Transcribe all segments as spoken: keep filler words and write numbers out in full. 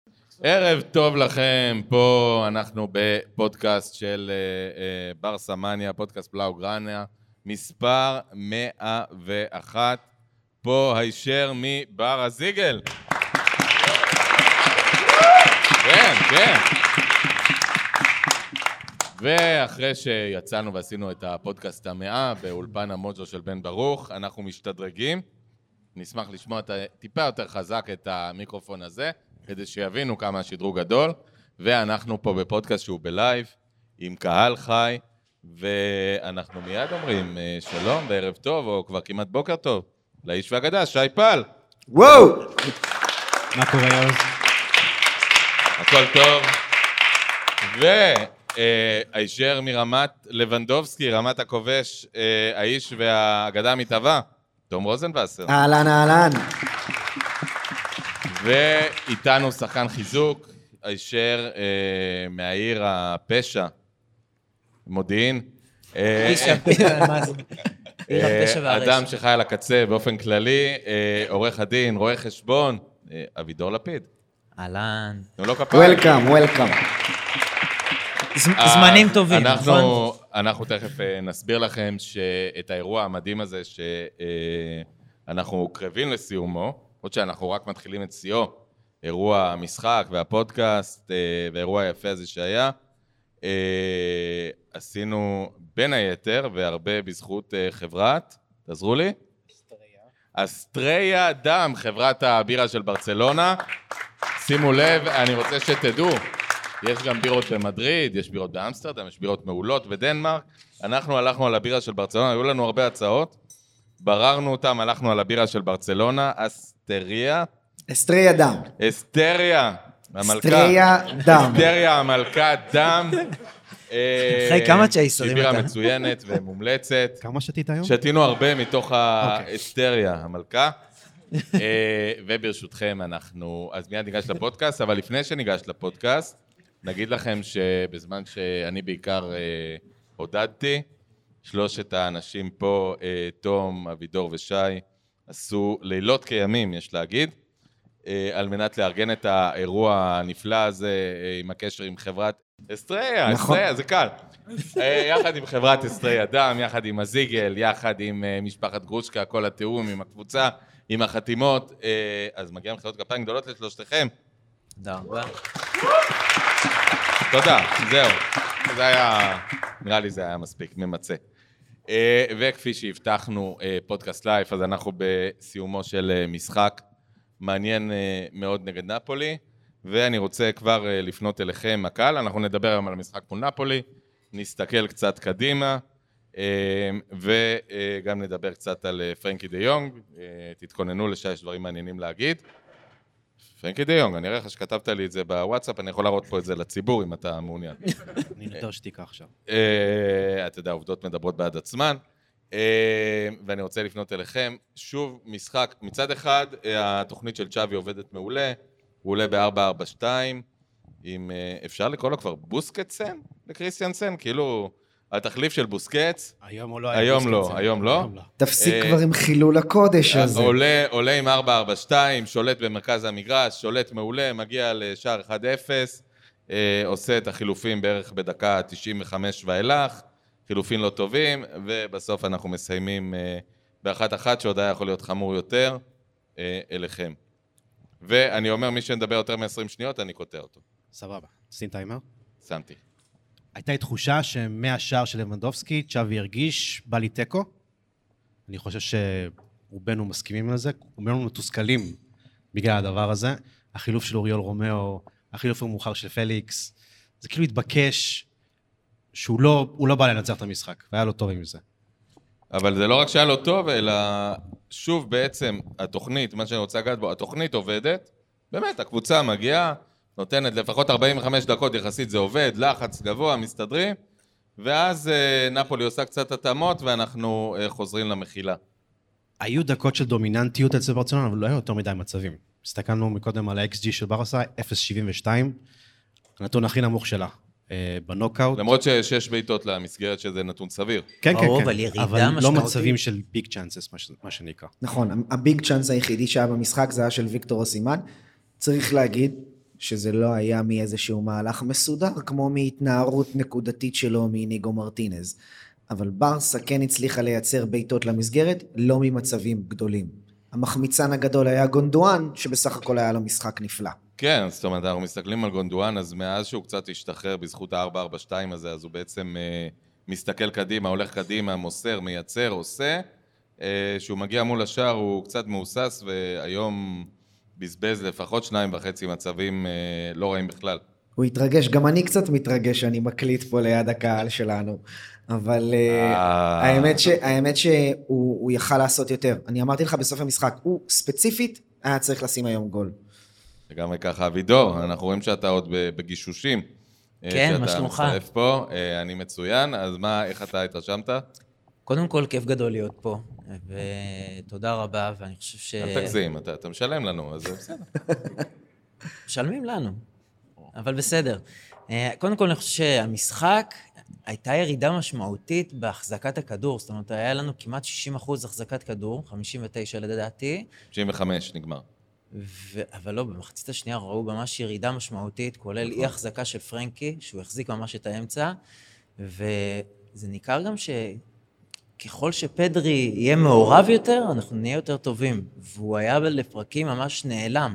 ערב טוב לכם, פה אנחנו בפודקאסט של ברסה מניה, פודקאסט בלאוגרניה, מספר מאה ואחת, פה הישר מבר הזיגל. כן, כן. ואחרי שיצאנו ועשינו את הפודקאסט המאה באולפן המוג'ו של בן ברוך, אנחנו משתדרגים. נשמח לשמוע טיפה יותר חזק את המיקרופון הזה, כדי שיבינו כמה השדרוג גדול, ואנחנו פה בפודקאסט שהוא בלייב, עם קהל חי, ואנחנו מיד אומרים שלום וערב טוב, או כבר כמעט בוקר טוב, לאיש והגדה, שי פל. וואו! מה קורה יוז? הכל טוב. והישר מרמת לבנדובסקי, רמת הכובש, האיש והגדה המתהווה, תום רוזנבסר. אהלן, אהלן. ואיתנו שחקן חיזוק, הישר אה, מהעיר הפשע, מודיעין. אה, אה, אדם שחי על הקצה באופן כללי, אה, עורך הדין, רואה חשבון, אה, אבידור לפיד. אהלן. תנו לו כפיים. וולקאם, וולקאם. זמנים טובים, נכון? אנחנו תכף נסביר לכם שאת האירוע המדהים הזה שאנחנו קרבים לסיומו, עוד שאנחנו רק מתחילים את סיום, אירוע המשחק והפודקאסט והאירוע היפה הזה שהיה, עשינו בין היתר והרבה בזכות חברת, תעזרו לי? אסטריה. אסטריה דם, חברת הבירה של ברצלונה. שימו לב, אני רוצה שתדעו, יש גם בירות במדריד, יש בירות באמסטרדם, יש בירות מעולות בדנמרק. אנחנו הלכנו על הבירה של ברצלונה, היו לנו הרבה הצעות, בררנו אותם, הלכנו על הבירה של ברצלונה, אסטריה. אסטריה דם. אסטריה, המלכה. אסטריה דם. אסטריה, המלכה דם. אחרי כמה צ'ייסרים היא בירה מצוינת ומומלצת. כמה שתית היום? שתינו הרבה מתוך האסטריה, המלכה. וברשותכם אנחנו, אז מיד ניגש לפודקאסט, אבל לפני שניגש לפודקאסט, נגיד לכם שבזמן שאני בעיקר הודדתי, שלושת האנשים פה, תום, אבידור ושי, עשו לילות כימים, יש להגיד, על מנת לארגן את האירוע הנפלא הזה עם הקשר עם חברת אסטריה, אסטריה, זה קל. יחד עם חברת אסטריה דם, יחד עם הזיגל, יחד עם משפחת גרושקה, כל התיאום עם הקבוצה, עם החתימות, אז מגיעים מחיאות כפיים גדולות לשלושתכם. תודה רבה. תודה, זהו. זה היה, נראה לי זה היה מספיק, ממצא. וכפי שהבטחנו פודקאסט לייב, אז אנחנו בסיומו של משחק מעניין מאוד נגד נפולי, ואני רוצה כבר לפנות אליכם, הקהל, אנחנו נדבר היום על המשחק מול נפולי, נסתכל קצת קדימה, וגם נדבר קצת על פרנקי דה יונג, תתכוננו לשש דברים מעניינים להגיד. פרנקי דה יונג, אני אראה לך שכתבת לי את זה בוואטסאפ, אני יכול להראות פה את זה לציבור אם אתה מעוניין. אני נותר שתיקה עכשיו. אתה יודע, עובדות מדברות בעד עצמן, ואני רוצה לפנות אליכם. שוב, משחק, מצד אחד, התוכנית של צ'אבי עובדת מעולה, הוא עולה ב-ארבע ארבע שתיים, עם, אפשר לקרוא לו כבר בוסקטסן לקריסטיאנסן, כאילו התחליף של בוסקטס. היום לא היום לא, היום לא. תפסיק כבר עם חילול הקודש הזה. עולה, עולה עם ארבע ארבע שתיים, שולט במרכז המגרש, שולט מעולה, מגיע לשער אחד אפס, עושה את החילופים בערך בדקה תשעים וחמש ואילך, חילופים לא טובים, ובסוף אנחנו מסיימים באחת אחת, שעוד היה יכול להיות חמור יותר, אליכם. ואני אומר, מי שנדבר יותר מ-עשרים שניות, אני קוטע אותו. סבבה. שים טיימר? שמתי. הייתה לי תחושה שמהשער של לבנדובסקי, צ'אבי הרגיש, בא לי טקו. אני חושב שרובנו מסכימים על זה, רובנו מתוסכלים בגלל הדבר הזה. החילוף של אוריול רומאו, החילוף המאוחר של פליקס, זה כאילו התבקש שהוא לא, הוא לא בא לנצח את המשחק, והיה לו טוב עם זה. אבל זה לא רק שהיה לו טוב, אלא שוב בעצם התוכנית, מה שאני רוצה לגעת בו, התוכנית עובדת, באמת, הקבוצה מגיעה, נותנת לפחות ארבעים וחמש דקות יחסית, זה עובד, לחץ גבוה, מסתדרים, ואז נפולי עושה קצת התאמות, ואנחנו חוזרים למחילה. היו דקות של דומיננטיות אצל ברצלונה, אבל לא היו יותר מדי מצבים. הסתכלנו מקודם על ה-אקס ג'י של ברסה, אפס נקודה שבעים ושתיים, הנתון הכי נמוך שלה. בנוקאוט. למרות שיש בעיטות למסגרת שזה נתון סביר. כן, כן, כן. אבל ירידה משמעותית. אבל לא מצבים של ביג צ'אנסס, מה שנקרא. נכון, הביג צ'אנס היחידי שהיה במשחק זה היה של ויקטור אוסימן. צריך להגיד שזה לא היה מאיזשהו מהלך מסודר, כמו מהתנערות נקודתית שלו מניגו מרטינז. אבל ברסה כן הצליחה לייצר ביתות למסגרת, לא ממצבים גדולים. המחמיצן הגדול היה גונדואן, שבסך הכל היה לו משחק נפלא. כן, זאת אומרת, אנחנו מסתכלים על גונדואן, אז מאז שהוא קצת השתחרר בזכות ה-ארבע ארבע שתיים הזה, אז הוא בעצם אה, מסתכל קדימה, הולך קדימה, מוסר, מייצר, עושה. אה, שהוא מגיע מול השאר, הוא קצת מאוסס, והיום בזבז לפחות שניים וחצי מצבים אה, לא רעים בכלל. הוא התרגש, גם אני קצת מתרגש, אני מקליט פה ליד הקהל שלנו. אבל אה, האמת, ש, האמת שהוא יכל לעשות יותר. אני אמרתי לך בסוף המשחק, הוא ספציפית היה צריך לשים היום גול. לגמרי ככה, אבידור, אנחנו רואים שאתה עוד בגישושים. כן, מה שלומך? שאתה מצטרף פה, אני מצוין, אז מה, איך אתה התרשמת? קודם כל, כיף גדול להיות פה, ותודה רבה, ואני חושב ש... אל תגזים, אתה, אתה משלם לנו, אז זה בסדר. משלמים לנו, אבל בסדר. קודם כל, אני חושב שהמשחק הייתה ירידה משמעותית בהחזקת הכדור, זאת אומרת, היה לנו כמעט שישים אחוז החזקת כדור, חמישים ותשע לדעתי. שישים וחמש נגמר. ו... אבל לא, במחצית השנייה ראו ממש ירידה משמעותית, כולל אי החזקה של פרנקי, שהוא החזיק ממש את האמצע, וזה ניכר גם שככל שפדרי יהיה מעורב יותר, אנחנו נהיה יותר טובים, והוא היה לפרקים ממש נעלם,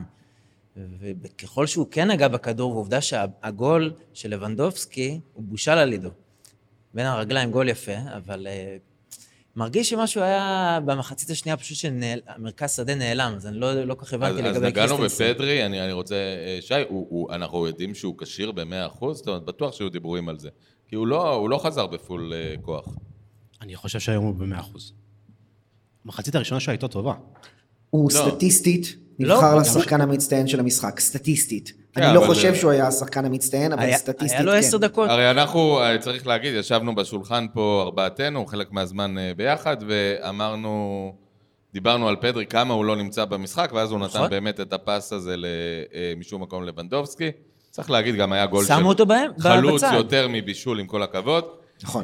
וככל שהוא כן נגע בכדור, ועובדה שהגול של לבנדובסקי הוא בושל על ידו, בין הרגליים גול יפה, אבל... מרגיש שמשהו היה במחצית השנייה פשוט שהמרכז שדה נעלם, אז אני לא, לא כך הבנתי לגבי קריסטנסן. אז נגענו בפדרי, אני, אני רוצה, שי, הוא, הוא, אנחנו יודעים שהוא קשיר ב-מאה אחוז, זאת אומרת, בטוח שהיו דיבורים על זה, כי הוא לא, הוא לא חזר בפול uh, כוח. אני חושב שהיום הוא ב-מאה אחוז. המחצית הראשונה שלו הייתה טובה. הוא לא. סטטיסטית לא, נבחר לשחקן המצטיין של המשחק, סטטיסטית. אני לא חושב שהוא היה השחקן המצטיין, אבל היה, סטטיסטית היה לו כן. עשר דקות. הרי אנחנו, צריך להגיד, ישבנו בשולחן פה ארבעתנו, חלק מהזמן ביחד, ואמרנו, דיברנו על פדרי, כמה הוא לא נמצא במשחק, ואז הוא נתן באמת את הפס הזה משום מקום לבנדובסקי. צריך להגיד, גם היה גול של חלוץ יותר מבישול, עם כל הכבוד. נכון.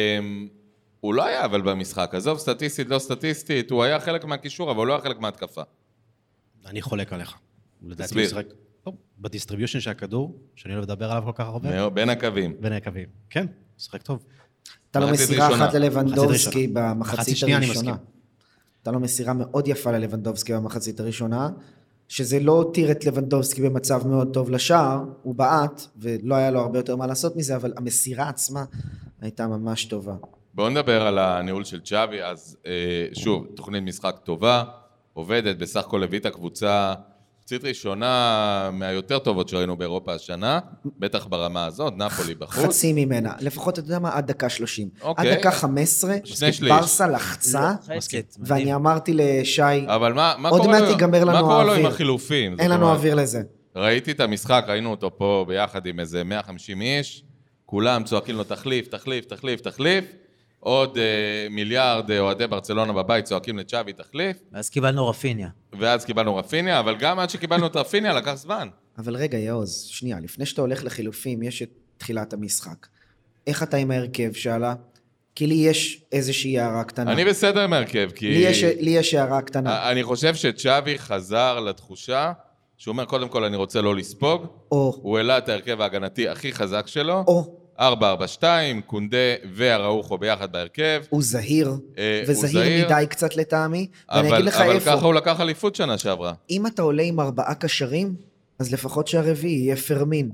הוא לא היה אבל במשחק, עזוב סטטיסטית, לא סטטיסטית, הוא היה חלק מהקישור, אבל הוא לא היה חלק מההתקפה. אני חולק עליך. תסביר. בדיסטריביושן של הכדור, שאני לא מדבר עליו כל כך הרבה. בין הקווים. בין הקווים, כן, שחק טוב. אתה לו מסירה אחת ללבנדובסקי במחצית הראשונה. אתה לו מסירה מאוד יפה ללבנדובסקי במחצית הראשונה, שזה לא הותיר את לבנדובסקי במצב מאוד טוב לשער, הוא בעט, ולא היה לו הרבה יותר מה לעשות מזה, אבל המסירה עצמה הייתה ממש טובה. בואו נדבר על הניהול של צ'אבי, אז שוב, תוכנית משחק טובה, עובדת, בסך הכל הביא את הקבוצה, קצית ראשונה מהיותר טובות שראינו באירופה השנה, בטח ברמה הזאת, נפולי בחוץ. חצי ממנה, לפחות אתה יודע מה, עד דקה שלושים. אוקיי. עד דקה חמש עשרה, ברסה לחצה, ואני אמרתי לשי, אבל מה, מה עוד קורה מעט ייגמר לנו מה קורה לו עם האוויר. החילופים? אין לנו אוויר לזה. ראיתי את המשחק, ראינו אותו פה ביחד עם איזה מאה וחמישים איש, כולם צועקים לו תחליף, תחליף, תחליף, תחליף, עוד אה, מיליארד אוהדי ברצלונה בבית צועקים לצ'אבי תחליף. ואז קיבלנו רפיניה. ואז קיבלנו רפיניה, אבל גם עד שקיבלנו את רפיניה לקח זמן. אבל רגע, יעוז, שנייה, לפני שאתה הולך לחילופים, יש את תחילת המשחק. איך אתה עם ההרכב שעלה? כי לי יש איזושהי הערה קטנה. אני בסדר עם ההרכב, כי... לי יש, לי יש הערה קטנה. אני חושב שצ'אבי חזר לתחושה, שהוא אומר, קודם כל אני רוצה לא לספוג, או... הוא העלה את ההרכב ההגנתי הכי חזק שלו, או... ארבע ארבע שתיים, קונדה והראוכו ביחד בהרכב. הוא זהיר, וזהיר מדי קצת לטעמי, ואני אגיד לך איפה. אבל ככה הוא לקח אליפות שנה שעברה. אם אתה עולה עם ארבעה קשרים, אז לפחות שהרביעי יהיה פרמין.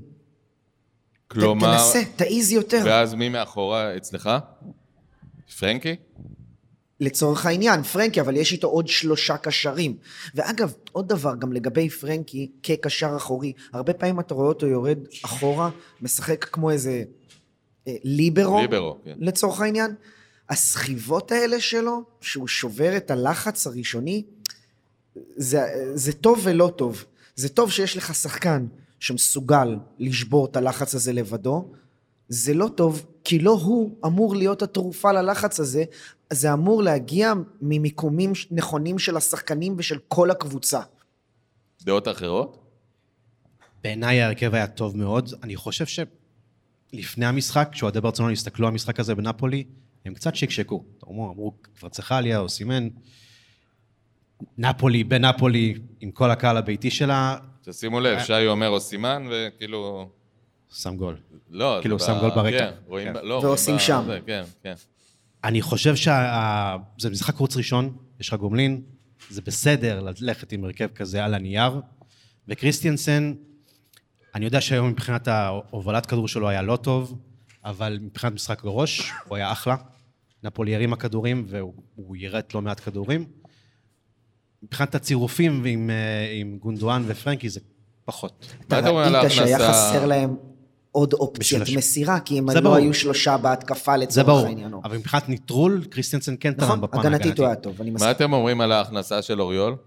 כלומר... תנסה, תעיז יותר. ואז מי מאחורה אצלך? פרנקי? לצורך העניין, פרנקי, אבל יש איתו עוד שלושה קשרים. ואגב, עוד דבר, גם לגבי פרנקי, כקשר אחורי, הרבה פעמים אתה רואה אותו יורד אחורה, משחק כמו איזה אה, ליברו, ליברו, כן. לצורך העניין. הסחיבות האלה שלו, שהוא שובר את הלחץ הראשוני, זה, זה טוב ולא טוב. זה טוב שיש לך שחקן שמסוגל לשבור את הלחץ הזה לבדו, זה לא טוב, כי לא הוא אמור להיות התרופה ללחץ הזה, זה אמור להגיע ממיקומים נכונים של השחקנים ושל כל הקבוצה. דעות אחרות? בעיניי ההרכב היה טוב מאוד. אני חושב שלפני המשחק, כשאוהדי ברצלונה הסתכלו על המשחק הזה בנפולי, הם קצת שקשקו. אמרו, אמרו, קוורצחליה או סימן, נפולי, בנפולי, עם כל הקהל הביתי שלה, תשימו לב, שי אומר או סימן, וכאילו... שם גול. לא, כאילו, זה שם ב- גול ברקע. כן, רואים, כן. ב- לא, ועושים רואים ב- שם. זה, כן, כן. אני חושב שזה משחק חוץ ראשון, יש לך גומלין, זה בסדר ללכת עם הרכב כזה על הנייר, וקריסטיאנסן, אני יודע שהיום מבחינת ההובלת כדור שלו היה לא טוב, אבל מבחינת משחק בראש, הוא היה אחלה. נפולי הרים הכדורים, והוא ירט לא מעט כדורים. מבחינת הצירופים עם, עם גונדואן ופרנקי, זה פחות. אתה מה אתה אומר על ראית שהיה ההכנסה? חסר להם עוד אופציית בשביל הש- מסירה, כי הם זה לא ברור. היו שלושה בהתקפה זה לצורך ברור, העניין. אבל מבחינת ניטרול, קריסטיאנסן כן תרם נכון, בפן הגנתית ההגנתי. הוא היה טוב, אני מה מסכים. אתם אומרים על ההכנסה של אוריול?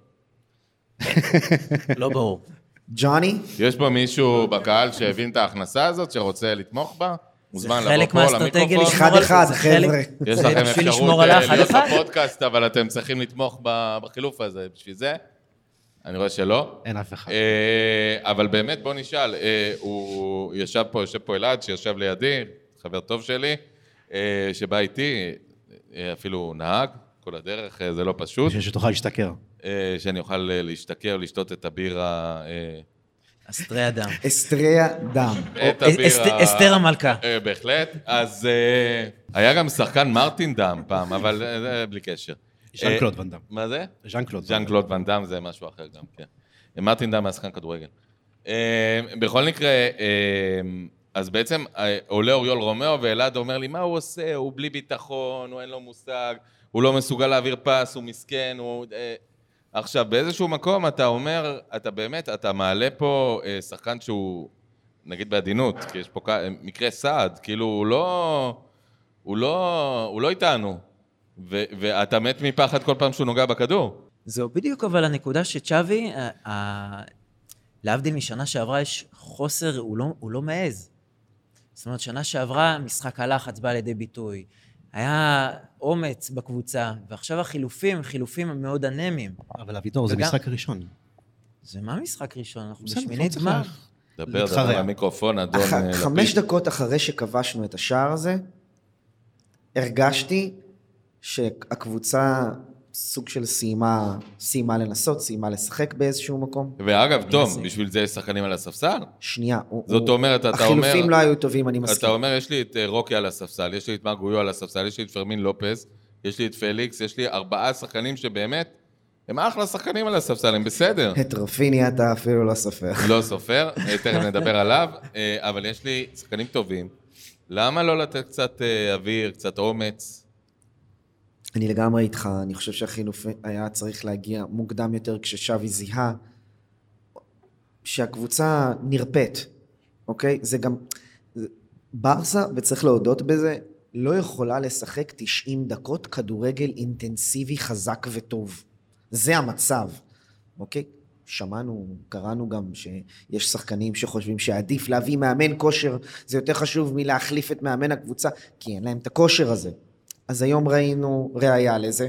לא ברור. ג'וני? יש פה מישהו בקהל שהבין את ההכנסה הזאת, שרוצה לתמוך בה? מוזמן לבוא חלק פה מהאסטרטגיה למיקרופון. לשמור על- אחד-אחד, זה חלק- חבר'ה. יש זה לכם בשביל אפשרות לשמור על אה, האחד להיות אחד. בפודקאסט, אבל אתם צריכים לתמוך ב- בחילוף הזה. בשביל זה? אני רואה שלא. אין אף אחד. אה, אבל באמת, בוא נשאל, אה, הוא ישב פה, יושב פה אלעד, שישב לידי, חבר טוב שלי, אה, שבא איתי, אה, אפילו נהג, כל הדרך, אה, זה לא פשוט, בשביל שתוכל להשתכר. אה, שאני אוכל אה, להשתכר, לשתות את הבירה, אה, אסטרי אדם. אסטריה דם. את אס- הבירה... אסת- אסתר המלכה. אה, בהחלט. אז אה, היה גם שחקן מרטין דם פעם, אבל אה, זה בלי קשר. ז'אן אה, קלוד ואן דאם. מה זה? ז'אן קלוד. ז'אן קלוד ואן דאם זה משהו אחר גם, כן. מרטין דאם היה שחקן כדורגל. אה, בכל מקרה, אה, אז בעצם אה, עולה אוריול רומאו, ואלעד אומר לי, מה הוא עושה? הוא בלי ביטחון, הוא אין לו מושג, הוא לא מסוגל להעביר פס, הוא מסכן, הוא... אה, עכשיו, באיזשהו מקום אתה אומר, אתה באמת, אתה מעלה פה אה, שחקן שהוא, נגיד בעדינות, כי יש פה כ- מקרה סעד, כאילו הוא לא, הוא לא, הוא לא איתנו, ו- ואתה מת מפחד כל פעם שהוא נוגע בכדור. זהו בדיוק אבל הנקודה שצ'אבי, ה- ה- להבדיל משנה שעברה יש חוסר, הוא לא, הוא לא מעז. זאת אומרת, שנה שעברה משחק הלחץ בא לידי ביטוי, היה אומץ בקבוצה, ועכשיו החילופים הם חילופים מאוד אנמיים. אבל אבידור, זה וגם- משחק הראשון. זה מה משחק ראשון? אנחנו בסדר, בשמיני לא צריך גמר. לה- דבר, להתחרע. דבר למיקרופון, אדון אח- אה, לפיד. חמש דקות אחרי שכבשנו את השער הזה, הרגשתי שהקבוצה סוג של סיימה, סיימה לנסות, סיימה לשחק באיזשהו מקום. ואגב, תום, מנסה. בשביל זה יש שחקנים על הספסל? שנייה. הוא- זאת הוא- אומרת, אתה אומר... החילופים לא היו טובים, אני מסכים. אתה אומר, יש לי את אה, רוקי על הספסל, יש לי את מרגויו על הספסל, יש לי את פרמין לופז, יש לי את פליקס, יש לי ארבעה שחקנים שבאמת, הם אחלה שחקנים על הספסל, הם בסדר. את רפיני אתה אפילו לא סופר. לא סופר, אה, תכף נדבר עליו, אה, אבל יש לי שחקנים טובים. למה לא לתת קצת אה, אוויר, קצת אומץ? אני לגמרי איתך, אני חושב שהחילוף היה צריך להגיע מוקדם יותר כששווי זיהה שהקבוצה נרפאת, אוקיי? זה גם... זה- ברסה, וצריך להודות בזה, לא יכולה לשחק תשעים דקות כדורגל אינטנסיבי, חזק וטוב. זה המצב, אוקיי? שמענו, קראנו גם שיש שחקנים שחושבים שעדיף להביא מאמן כושר, זה יותר חשוב מלהחליף את מאמן הקבוצה, כי אין להם את הכושר הזה. אז היום ראינו ראייה לזה,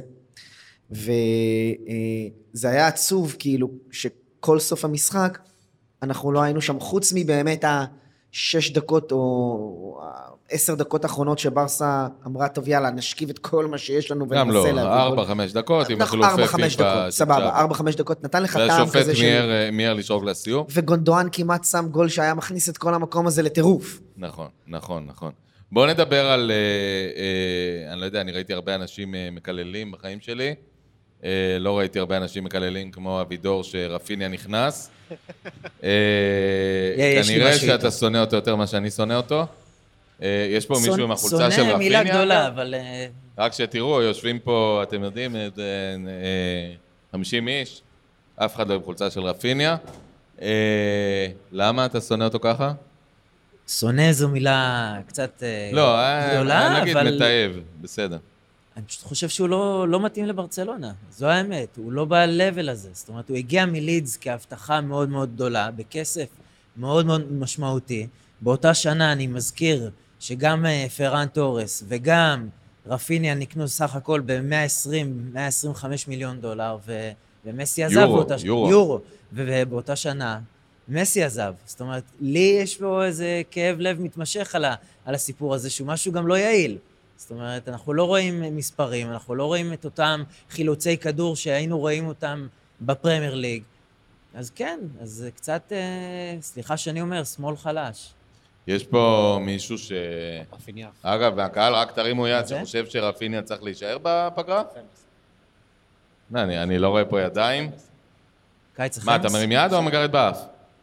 וזה היה עצוב כאילו שכל סוף המשחק אנחנו לא היינו שם, חוץ מבאמת השש דקות או עשר דקות האחרונות שברסה אמרה, טוב יאללה, נשכיב את כל מה שיש לנו גם לא, וננסה להביא ארבע, גול. חמש דקות, עם נכון, החילופי ארבע, חמש פיפא דקות, של סבבה, צ'אבי. ארבע, חמש דקות, נתן לך טעם והשופט כזה של... מיהר, אה, מיהר לשאוג לסיום. וגונדואן כמעט שם גול שהיה מכניס את כל המקום הזה לטירוף. נכון, נכון, נכון. בואו נדבר על, אה, אה, אני לא יודע, אני ראיתי הרבה אנשים אה, מקללים בחיים שלי. אה, לא ראיתי הרבה אנשים מקללים כמו אבידור שרפיניה נכנס. אה, יש לי כנראה משהו שאתה איתו. שונא אותו יותר ממה שאני שונא אותו. אה, יש פה מישהו עם החולצה של שונא רפיניה. מילה גדולה, אבל... אה, רק שתראו, יושבים פה, אתם יודעים, אה, אה, חמישים איש, אף אחד לא עם חולצה של רפיניה. אה, למה אתה שונא אותו ככה? שונא זו מילה קצת אה, לא, אה, גדולה, נגיד אבל... מתעב, בסדר. אני פשוט חושב שהוא לא, לא מתאים לברצלונה, זו האמת, הוא לא ב-level הזה, זאת אומרת, הוא הגיע מלידס כהבטחה מאוד מאוד גדולה, בכסף מאוד מאוד משמעותי. באותה שנה אני מזכיר שגם אה, פרן טורס וגם רפיניה נקנו סך הכל ב-מאה עשרים, מאה עשרים וחמישה מיליון דולר, ו- ומסי עזב יורו, באותה שנה. יורו. יורו. ובאותה שנה, מסי עזב. זאת אומרת, לי יש פה איזה כאב לב מתמשך על, ה- על הסיפור הזה, שהוא משהו גם לא יעיל. זאת אומרת, אנחנו לא רואים מספרים, אנחנו לא רואים את אותם חילוצי כדור שהיינו רואים אותם בפרמייר ליג. אז כן, אז זה קצת, אה, סליחה שאני אומר, שמאל חלש. יש פה מישהו ש... רפיניה. אגב, והקהל, רק תרימו יד, זה? שחושב שרפיניה צריך להישאר בפגרה? לא, אני, אני לא רואה פה ידיים. קיץ מה, אתה החמאס? מרים יד או מגרד באף?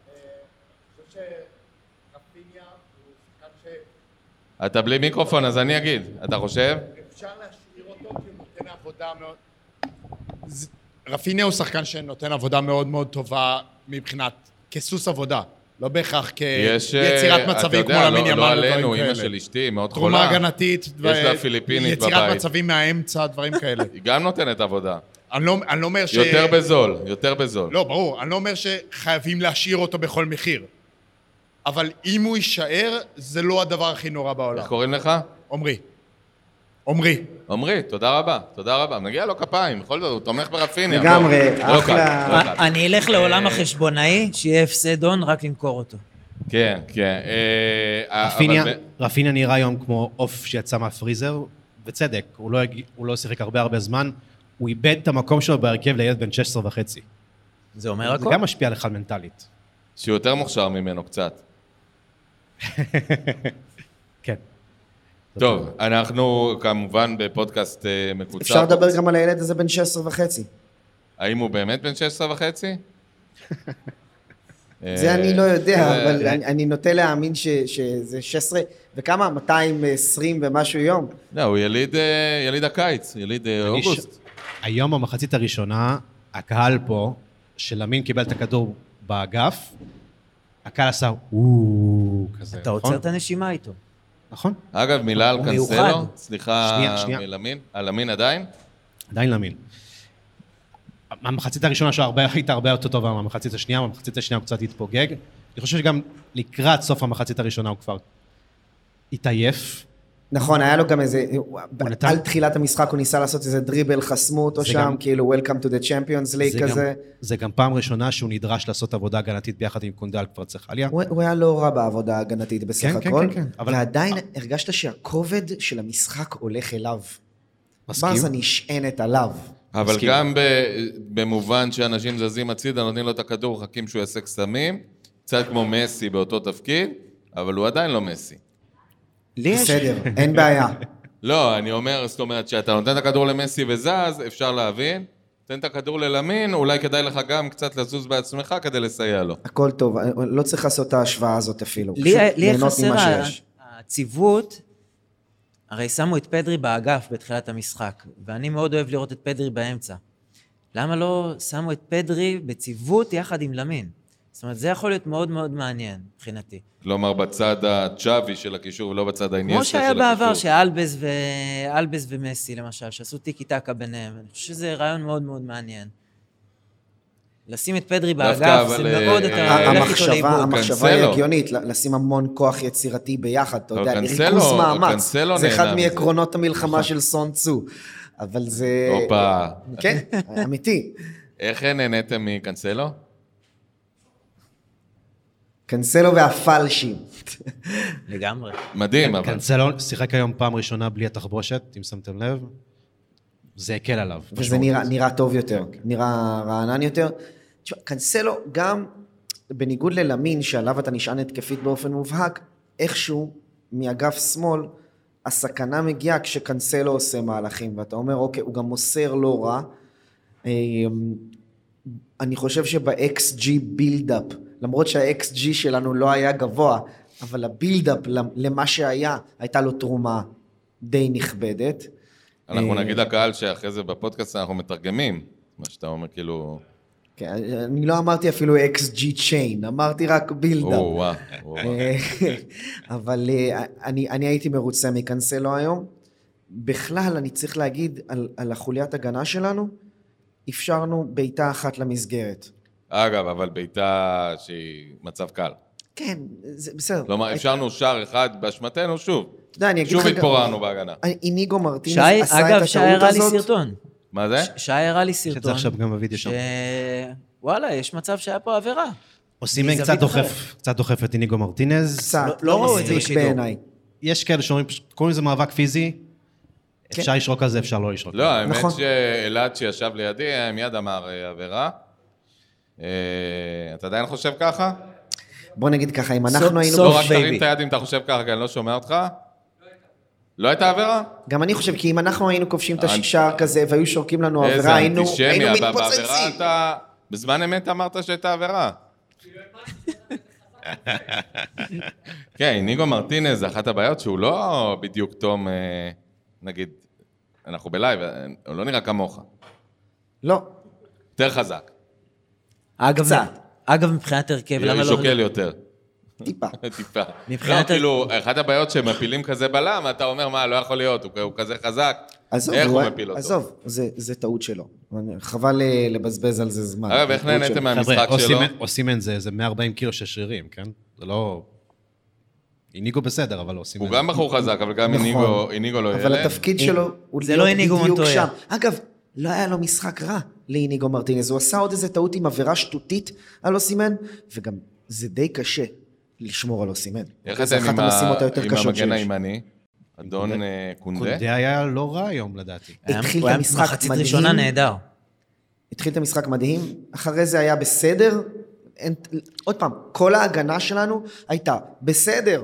אתה בלי מיקרופון, אז אני אגיד. אתה חושב? אפשר להשאיר אותו כי הוא נותן עבודה מאוד... רפיניה הוא שחקן שנותן עבודה מאוד מאוד טובה מבחינת כסוס עבודה. לא בהכרח יש, כיצירת מצבים כמו למין ימל לא ודברים עלינו, כאלה. אמא של אשתי, מאוד תרומה חולה. הגנתית, יש לה פיליפינית בבית. יצירת מצבים מהאמצע, דברים כאלה. היא גם נותנת עבודה. אני לא, אני לא אומר ש... יותר בזול, יותר בזול. לא, ברור, אני לא אומר שחייבים להשאיר אותו בכל מחיר. אבל אם הוא יישאר, זה לא הדבר הכי נורא בעולם. איך קוראים לך? עומרי. עומרי. עמרי, תודה רבה, תודה רבה. מגיע לו כפיים, בכל זאת, הוא תומך ברפיניה. לגמרי, בוא. לא אחלה. קל, לא קל. אני אלך לעולם החשבונאי, שיהיה הפסד הון, רק למכור אותו. כן, כן. אה, רפיניה, אבל ב- רפיניה נראה היום כמו עוף שיצא מהפריזר, בצדק, הוא לא, הג- הוא לא שיחק הרבה הרבה זמן, הוא איבד את המקום שלו בהרכב לילד בן שש עשרה וחצי. זה אומר זה הכל? גם משפיע עליך מנטלית. שהוא יותר מוכשר ממנו קצת. כן. טוב, אנחנו כמובן בפודקאסט אה, מקוצר. אפשר לדבר גם על הילד הזה בן שש עשרה וחצי. האם הוא באמת בן שש עשרה וחצי? זה אני לא יודע, אה, אבל אני- אני נוטה להאמין ש- שזה שש עשרה, וכמה? מאתיים ועשרים ומשהו יום. לא, הוא יליד, אה, יליד הקיץ, יליד אה, אני ש- אוגוסט. היום במחצית הראשונה, הקהל פה, שלמין קיבל את הכדור באגף, הקהל עשה וואו כזה, אתה עוצר את הנשימה איתו. נכון? אגב, מילה על הוא קנסלו, מיוחד. סליחה, שנייה, שנייה. מלמין, על המין עדיין? עדיין למין. המחצית הראשונה שלו הרבה, הייתה הרבה יותר טובה מהמחצית השנייה, במחצית השנייה הוא קצת התפוגג. אני חושב שגם לקראת סוף המחצית הראשונה הוא כבר התעייף. נכון, היה לו גם איזה, נתן- על תחילת המשחק הוא ניסה לעשות איזה דריבל, חסמו אותו זה שם, גם- כאילו Welcome to the Champions זה League גם- כזה. זה גם פעם ראשונה שהוא נדרש לעשות עבודה הגנתית ביחד עם קונדל קוורצחליה. הוא הוא היה לא רע בעבודה ההגנתית בסך כן, כן, הכל, כן, כן, אבל- ועדיין הרגשת שהכובד של המשחק הולך אליו. מסכים? ברסה נשענת עליו. אבל מסכים. גם ב- במובן שאנשים זזים הצידה, נותנים לו את הכדור, חכים שהוא יעשה קסמים, קצת כמו מסי באותו תפקיד, אבל הוא עדיין לא מסי. לי יש... בסדר, אין בעיה. לא, אני אומר, זאת אומרת, שאתה נותן את הכדור למסי וזז, אפשר להבין. תן את הכדור ללמין, אולי כדאי לך גם קצת לזוז בעצמך כדי לסייע לו. הכל טוב, לא צריך לעשות את ההשוואה הזאת אפילו. לי פשוט לי ליהנות חסר ממה ה- שיש. הציוות, הרי שמו את פדרי באגף בתחילת המשחק, ואני מאוד אוהב לראות את פדרי באמצע. למה לא שמו את פדרי בציוות יחד עם למין? זאת אומרת, זה יכול להיות מאוד מאוד מעניין, מבחינתי. כלומר, בצד הצ'אבי של הקישור ולא בצד האיניאסטה כמו של שהיה הקישור. בעבר, שאלבס ו... אלבס ומסי, למשל, שעשו טיקי טקה ביניהם. אני חושב שזה רעיון מאוד מאוד מעניין. לשים את פדרי דווקא, באגף, זה אבל, מאוד, אה, אתה אה, הולך איתו המחשבה, לאיבוד. המחשבה היא קנסלו. הגיונית, לשים המון כוח יצירתי ביחד, אתה אבל יודע, קנסלו- ריכוז מאמץ. קנסלו זה אחד נהנה מזה. מעקרונות המלחמה של סון צו. אבל זה... הופה. כן, אמיתי. איך נהניתם מקנסלו? קנסלו והפלשים. לגמרי. מדהים, אבל. קנסלו שיחק היום פעם ראשונה בלי התחבושת, אם שמתם לב. זה הקל עליו. וזה משמעותית. נראה, נראה טוב יותר, נראה רענן יותר. תשמע, קנסלו גם, בניגוד ללמין, שעליו אתה נשען התקפית באופן מובהק, איכשהו, מאגף שמאל, הסכנה מגיעה כשקנסלו עושה מהלכים, ואתה אומר, אוקיי, הוא גם מוסר לא רע. אני חושב שב-אקס ג'י בילדאפ, למרות שה-אקס ג'י שלנו לא היה גבוה, אבל הבילדאפ למה שהיה, הייתה לו תרומה די נכבדת. אנחנו אה, נגיד לקהל שאחרי זה בפודקאסט אנחנו מתרגמים, מה שאתה אומר כאילו... כן, אני לא אמרתי אפילו אקס ג'י צ'יין, אמרתי רק בילדאפ. או, וואו, וואו. אבל אה, אני, אני הייתי מרוצה מקנסלו היום. בכלל, אני צריך להגיד על, על החוליית הגנה שלנו, אפשרנו בעיטה אחת למסגרת. אגב, אבל בעיטה שהיא מצב קל. כן, זה בסדר. כלומר, אפשרנו שער אחד באשמתנו, שוב. אתה יודע, אני אגיד שוב לך... התפוררנו בהגנה. איניגו מרטינס שי, עשה אגב, את שי הטעות הראה לי הזאת. סרטון. מה זה? ש- שי הראה לי יש את זה סרטון. עכשיו גם בווידאו ש... שם. וואלה, יש מצב שהיה פה עבירה. אוסימן מזווית קצת אחרת. דוחף, קצת דוחף את איניגו מרטינז. קצת, לא- לא לא ראו את זה מספיק בשידור. בעיניי. יש כאלה שאומרים, פשוט קוראים לזה מאבק פיזי, כן. אפשר לשרוק על זה, אפשר לא לשרוק. לא, האמת נכון. שאלעד שישב לידי, מיד אמר אה, עבירה. אה, אתה עדיין חושב ככה? בוא נגיד ככה, אם אנחנו היינו... לא, רק תרים את היד אם אתה חושב ככה, כי אני לא שומע אותך. לא הייתה עבירה? גם אני חושב, כי אם אנחנו היינו כובשים את השישה כזה, והיו שורקים לנו עבירה, היינו מתפוצצים. בזמן אמת אמרת שהייתה עבירה. כן, איניגו מרטינז, אחת הבעיות שהוא לא בדיוק תום, נגיד, אנחנו בלייב, הוא לא נראה כמוך. לא. יותר חזק. אגב, אגב, מבחינת הרכב, למה לא... שוקל יותר. טיפה. טיפה. מבחינת... לא, כאילו, אחת הבעיות שמפילים כזה בלם, אתה אומר, מה, לא יכול להיות, הוא כזה חזק. איך הוא מפיל אותו? עזוב, זה טעות שלו. חבל לבזבז על זה זמן. אגב, איך נהנתם מהמשחק שלו? אוסימן זה מאה וארבעים קילו של שרירים, כן? זה לא... איניגו בסדר, אבל אוסימן... הוא גם בחור חזק, אבל גם איניגו לא ילד. אבל התפקיד שלו הוא להיות בדיוק שם. אגב, לא היה לו משחק רע לאיניגו מרטינז. הוא עשה עוד איזה טעות עם עבירה שטותית על אוסימן, וגם זה די קשה לשמור על אוסימן. איך אתם עם המגן הימני? אדון קונדה? קונדה היה לא רע היום, לדעתי. התחיל את המשחק מדהים. ראשונה נהדר. התחיל את המשחק מדהים, אחרי זה היה בסדר. עוד פעם, כל ההגנה שלנו הייתה בסדר.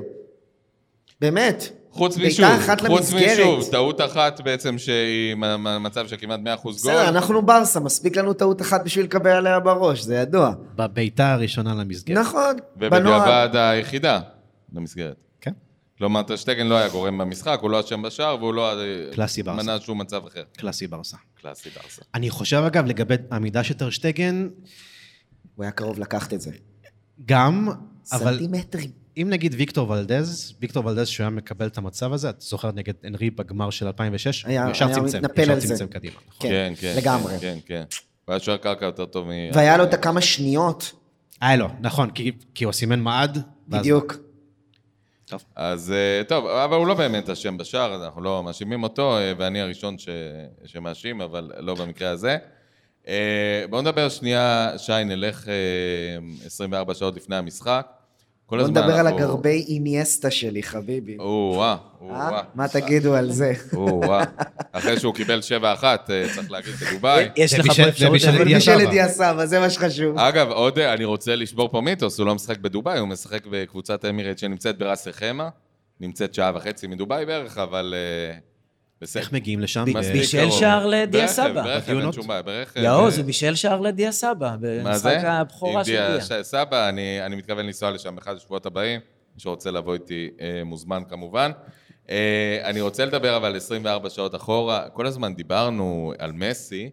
באמת. חוץ משוב, חוץ משוב, טעות אחת בעצם שהיא מצב שכמעט מאה אחוז גול. בסדר, אנחנו ברסה, מספיק לנו טעות אחת בשביל לקבל עליה בראש, זה ידוע. בביתה הראשונה למסגרת. נכון, ובדיעבד היחידה למסגרת. כן. כלומר, טרשטגן לא היה גורם במשחק, הוא לא אשם בשער, והוא לא מנע שום מצב אחר. קלאסי ברסה. קלאסי ברסה. אני חושב, אגב, לגבי העמידה של טרשטגן... הוא היה קרוב לקחת את זה. גם, אבל... סנטימטרים. אם נגיד ויקטור ולדז, ויקטור ולדז שהוא היה מקבל את המצב הזה, את זוכרת נגד אנרי בגמר של אלפיים ושש? היה מתנפל על זה. קדימה, נכון? כן, כן. לגמרי. כן, כן. הוא היה שוער קרקע יותר טוב מ... והיה לו את הכמה שניות. היה לו, נכון, כי הוא סימן מעד. בדיוק. טוב. אז טוב, אבל הוא לא באמת אשם בשער, אז אנחנו לא מאשימים אותו, ואני הראשון שמאשים, אבל לא במקרה הזה. בואו נדבר שנייה, שי, נלך עשרים וארבע שעות לפני המשחק. בוא נדבר על הגרבי אינייסטה שלי, חביבי. או-אה, או-אה. מה תגידו על זה? או-אה. אחרי שהוא קיבל שבע אחת, צריך להגיד בדוביי. יש לך פה אפשרות... אבל בישל את דיאסאבה, זה מה שחשוב. אגב, עוד אני רוצה לשבור פה מיתוס, הוא לא משחק בדוביי, הוא משחק בקבוצת האמירייט שנמצאת ברס החמה, נמצאת שעה וחצי מדוביי בערך, אבל... איך מגיעים לשם? בישל שער לדיאסאבה. ברכב, אין שום בעיה, ברכב. יאו, זה בישל שער לדיאסאבה, במשחק הבכורה של דיה. סבא, אני מתכוון לנסוע לשם באחד השבועות הבאים, מי שרוצה לבוא איתי מוזמן כמובן. אני רוצה לדבר אבל עשרים וארבע שעות אחורה, כל הזמן דיברנו על מסי,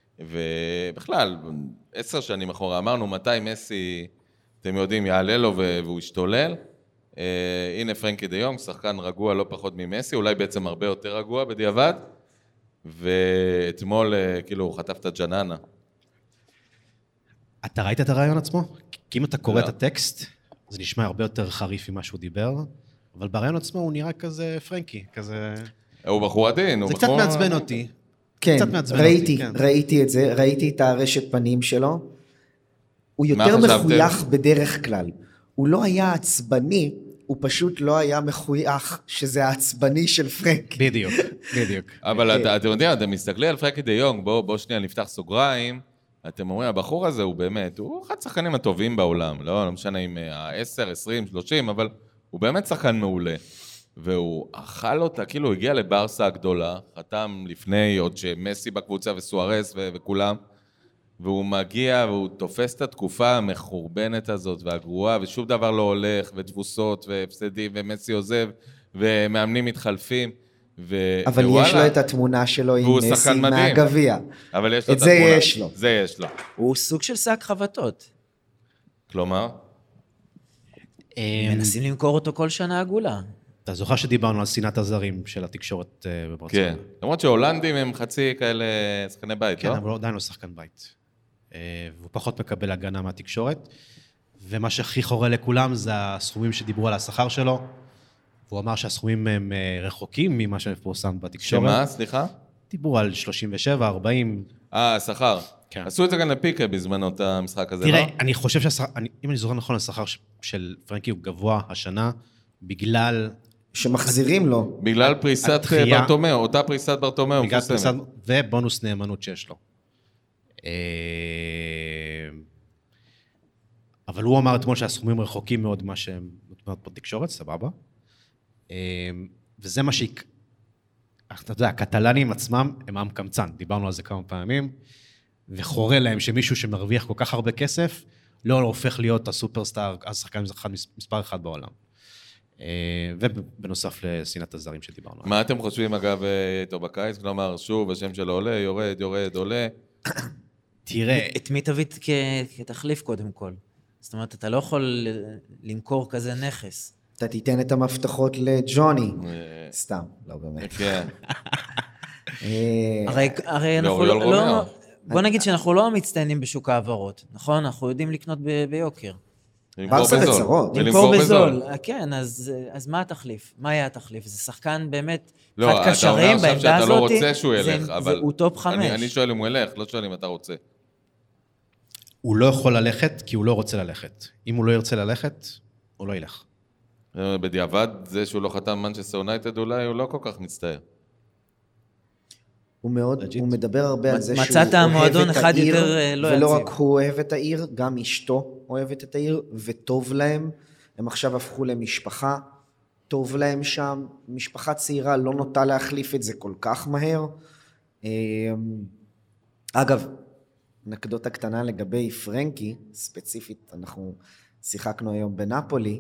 ובכלל, עשר שנים אחורה אמרנו מתי מסי, אתם יודעים, יעלה לו והוא ישתולל, Uh, הנה פרנקי דה יונג, שחקן רגוע לא פחות ממסי, אולי בעצם הרבה יותר רגוע בדיעבד, ואתמול uh, כאילו הוא חטף את הג'ננה. אתה ראית את הרעיון עצמו? כי אם אתה קורא לא. את הטקסט, זה נשמע הרבה יותר חריף ממה שהוא דיבר, אבל ברעיון עצמו הוא נראה כזה פרנקי, כזה... הוא בחור עדין, הוא זה בחור... קצת מעצבן אותי. כן, ראיתי, אותי, כן. ראיתי את זה, ראיתי את הרשת פנים שלו, הוא יותר מחוייך בדרך כלל. הוא לא היה עצבני, הוא פשוט לא היה מחוייך שזה העצבני של פרנק. בדיוק, בדיוק. אבל אתם יודעים, אתם מסתכלים על פרנקי דה יונג, בואו שנייה נפתח סוגריים, אתם אומרים, הבחור הזה הוא באמת, הוא אחד השחקנים הטובים בעולם, לא, לא משנה אם עשר, עשרים, שלושים, אבל הוא באמת שחקן מעולה. והוא אכל אותה, כאילו הוא הגיע לברסה הגדולה, חתם לפני עוד שמסי בקבוצה וסוארס וכולם, והוא מגיע והוא תופס את התקופה המחורבנת הזאת והגרועה, ושום דבר לא הולך, ותבוסות והפסדים, ומסי עוזב, ומאמנים מתחלפים. ו... אבל ווואלה, יש לו את התמונה שלו עם מסי מהגביע. אבל יש לו את, את זה התמונה. יש לו. זה יש לו. הוא סוג של שק חבטות. כלומר? מנסים למכור אותו כל שנה עגולה. אתה זוכר שדיברנו על שנאת הזרים של התקשורת בברצלונה. כן, למרות שהולנדים הם חצי כאלה שחקני בית, כן, לא? כן, אבל עדיין לא שחקן בית. והוא פחות מקבל הגנה מהתקשורת, ומה שהכי חורה לכולם זה הסכומים שדיברו על השכר שלו, והוא אמר שהסכומים הם רחוקים ממה שמפורסם בתקשורת. שמה, סליחה? דיברו על שלושים ושבע, ארבעים. אה, השכר. כן. עשו את זה גם לפיקה בזמנו, את המשחק הזה, תראה, לא? תראה, אני חושב שהשכר, אם אני זוכר נכון, השכר של פרנקי הוא גבוה השנה, בגלל... שמחזירים לו. בגלל פריסת ברטומאו, אותה פריסת ברטומאו. בגלל פריסת, ובונוס נאמנות שיש לו. אבל הוא אמר אתמול שהסכומים רחוקים מאוד מה שהם נותנות פה תקשורת, סבבה. וזה מה שהיא... אתה יודע, הקטלנים עצמם הם עם קמצן, דיברנו על זה כמה פעמים, וחורה להם שמישהו שמרוויח כל כך הרבה כסף, לא הופך להיות הסופרסטאר, השחקן מספר אחד בעולם. ובנוסף לסינת הזרים שדיברנו. מה אתם חושבים, אגב, איתו בקיץ? כלומר, שוב, השם שלו עולה, יורד, יורד, עולה. תראה... את מי תביא כתחליף קודם כל? זאת אומרת, אתה לא יכול למכור כזה נכס. אתה תיתן את המפתחות לג'וני. סתם, לא באמת. כן. הרי אנחנו לא... בוא נגיד שאנחנו לא מצטיינים בשוק העברות, נכון? אנחנו יודעים לקנות ביוקר. ברסה בצרות. למכור בזול. כן, אז מה התחליף? מה היה התחליף? זה שחקן באמת חד קשרים בעמדה הזאת. לא, אתה אומר עכשיו שאתה לא רוצה שהוא ילך, אבל... הוא טופ חמש. אני שואל אם הוא ילך, לא שואל אם אתה רוצה. הוא לא יכול ללכת, כי הוא לא רוצה ללכת. אם הוא לא ירצה ללכת, הוא לא ילך. בדיעבד, זה שהוא לא חתם מנצ'סטר יונייטד, אולי הוא לא כל כך מצטער. הוא מאוד, הוא מדבר הרבה על זה שהוא מצאת המועדון אחד יותר לא יציב. ולא רק הוא אוהב את העיר, גם אשתו אוהבת את העיר, וטוב להם. הם עכשיו הפכו למשפחה, טוב להם שם. משפחה צעירה לא נוטה להחליף את זה כל כך מהר. אגב, נקדותה קטנה לגבי פרנקי, ספציפית, אנחנו שיחקנו היום בנפולי,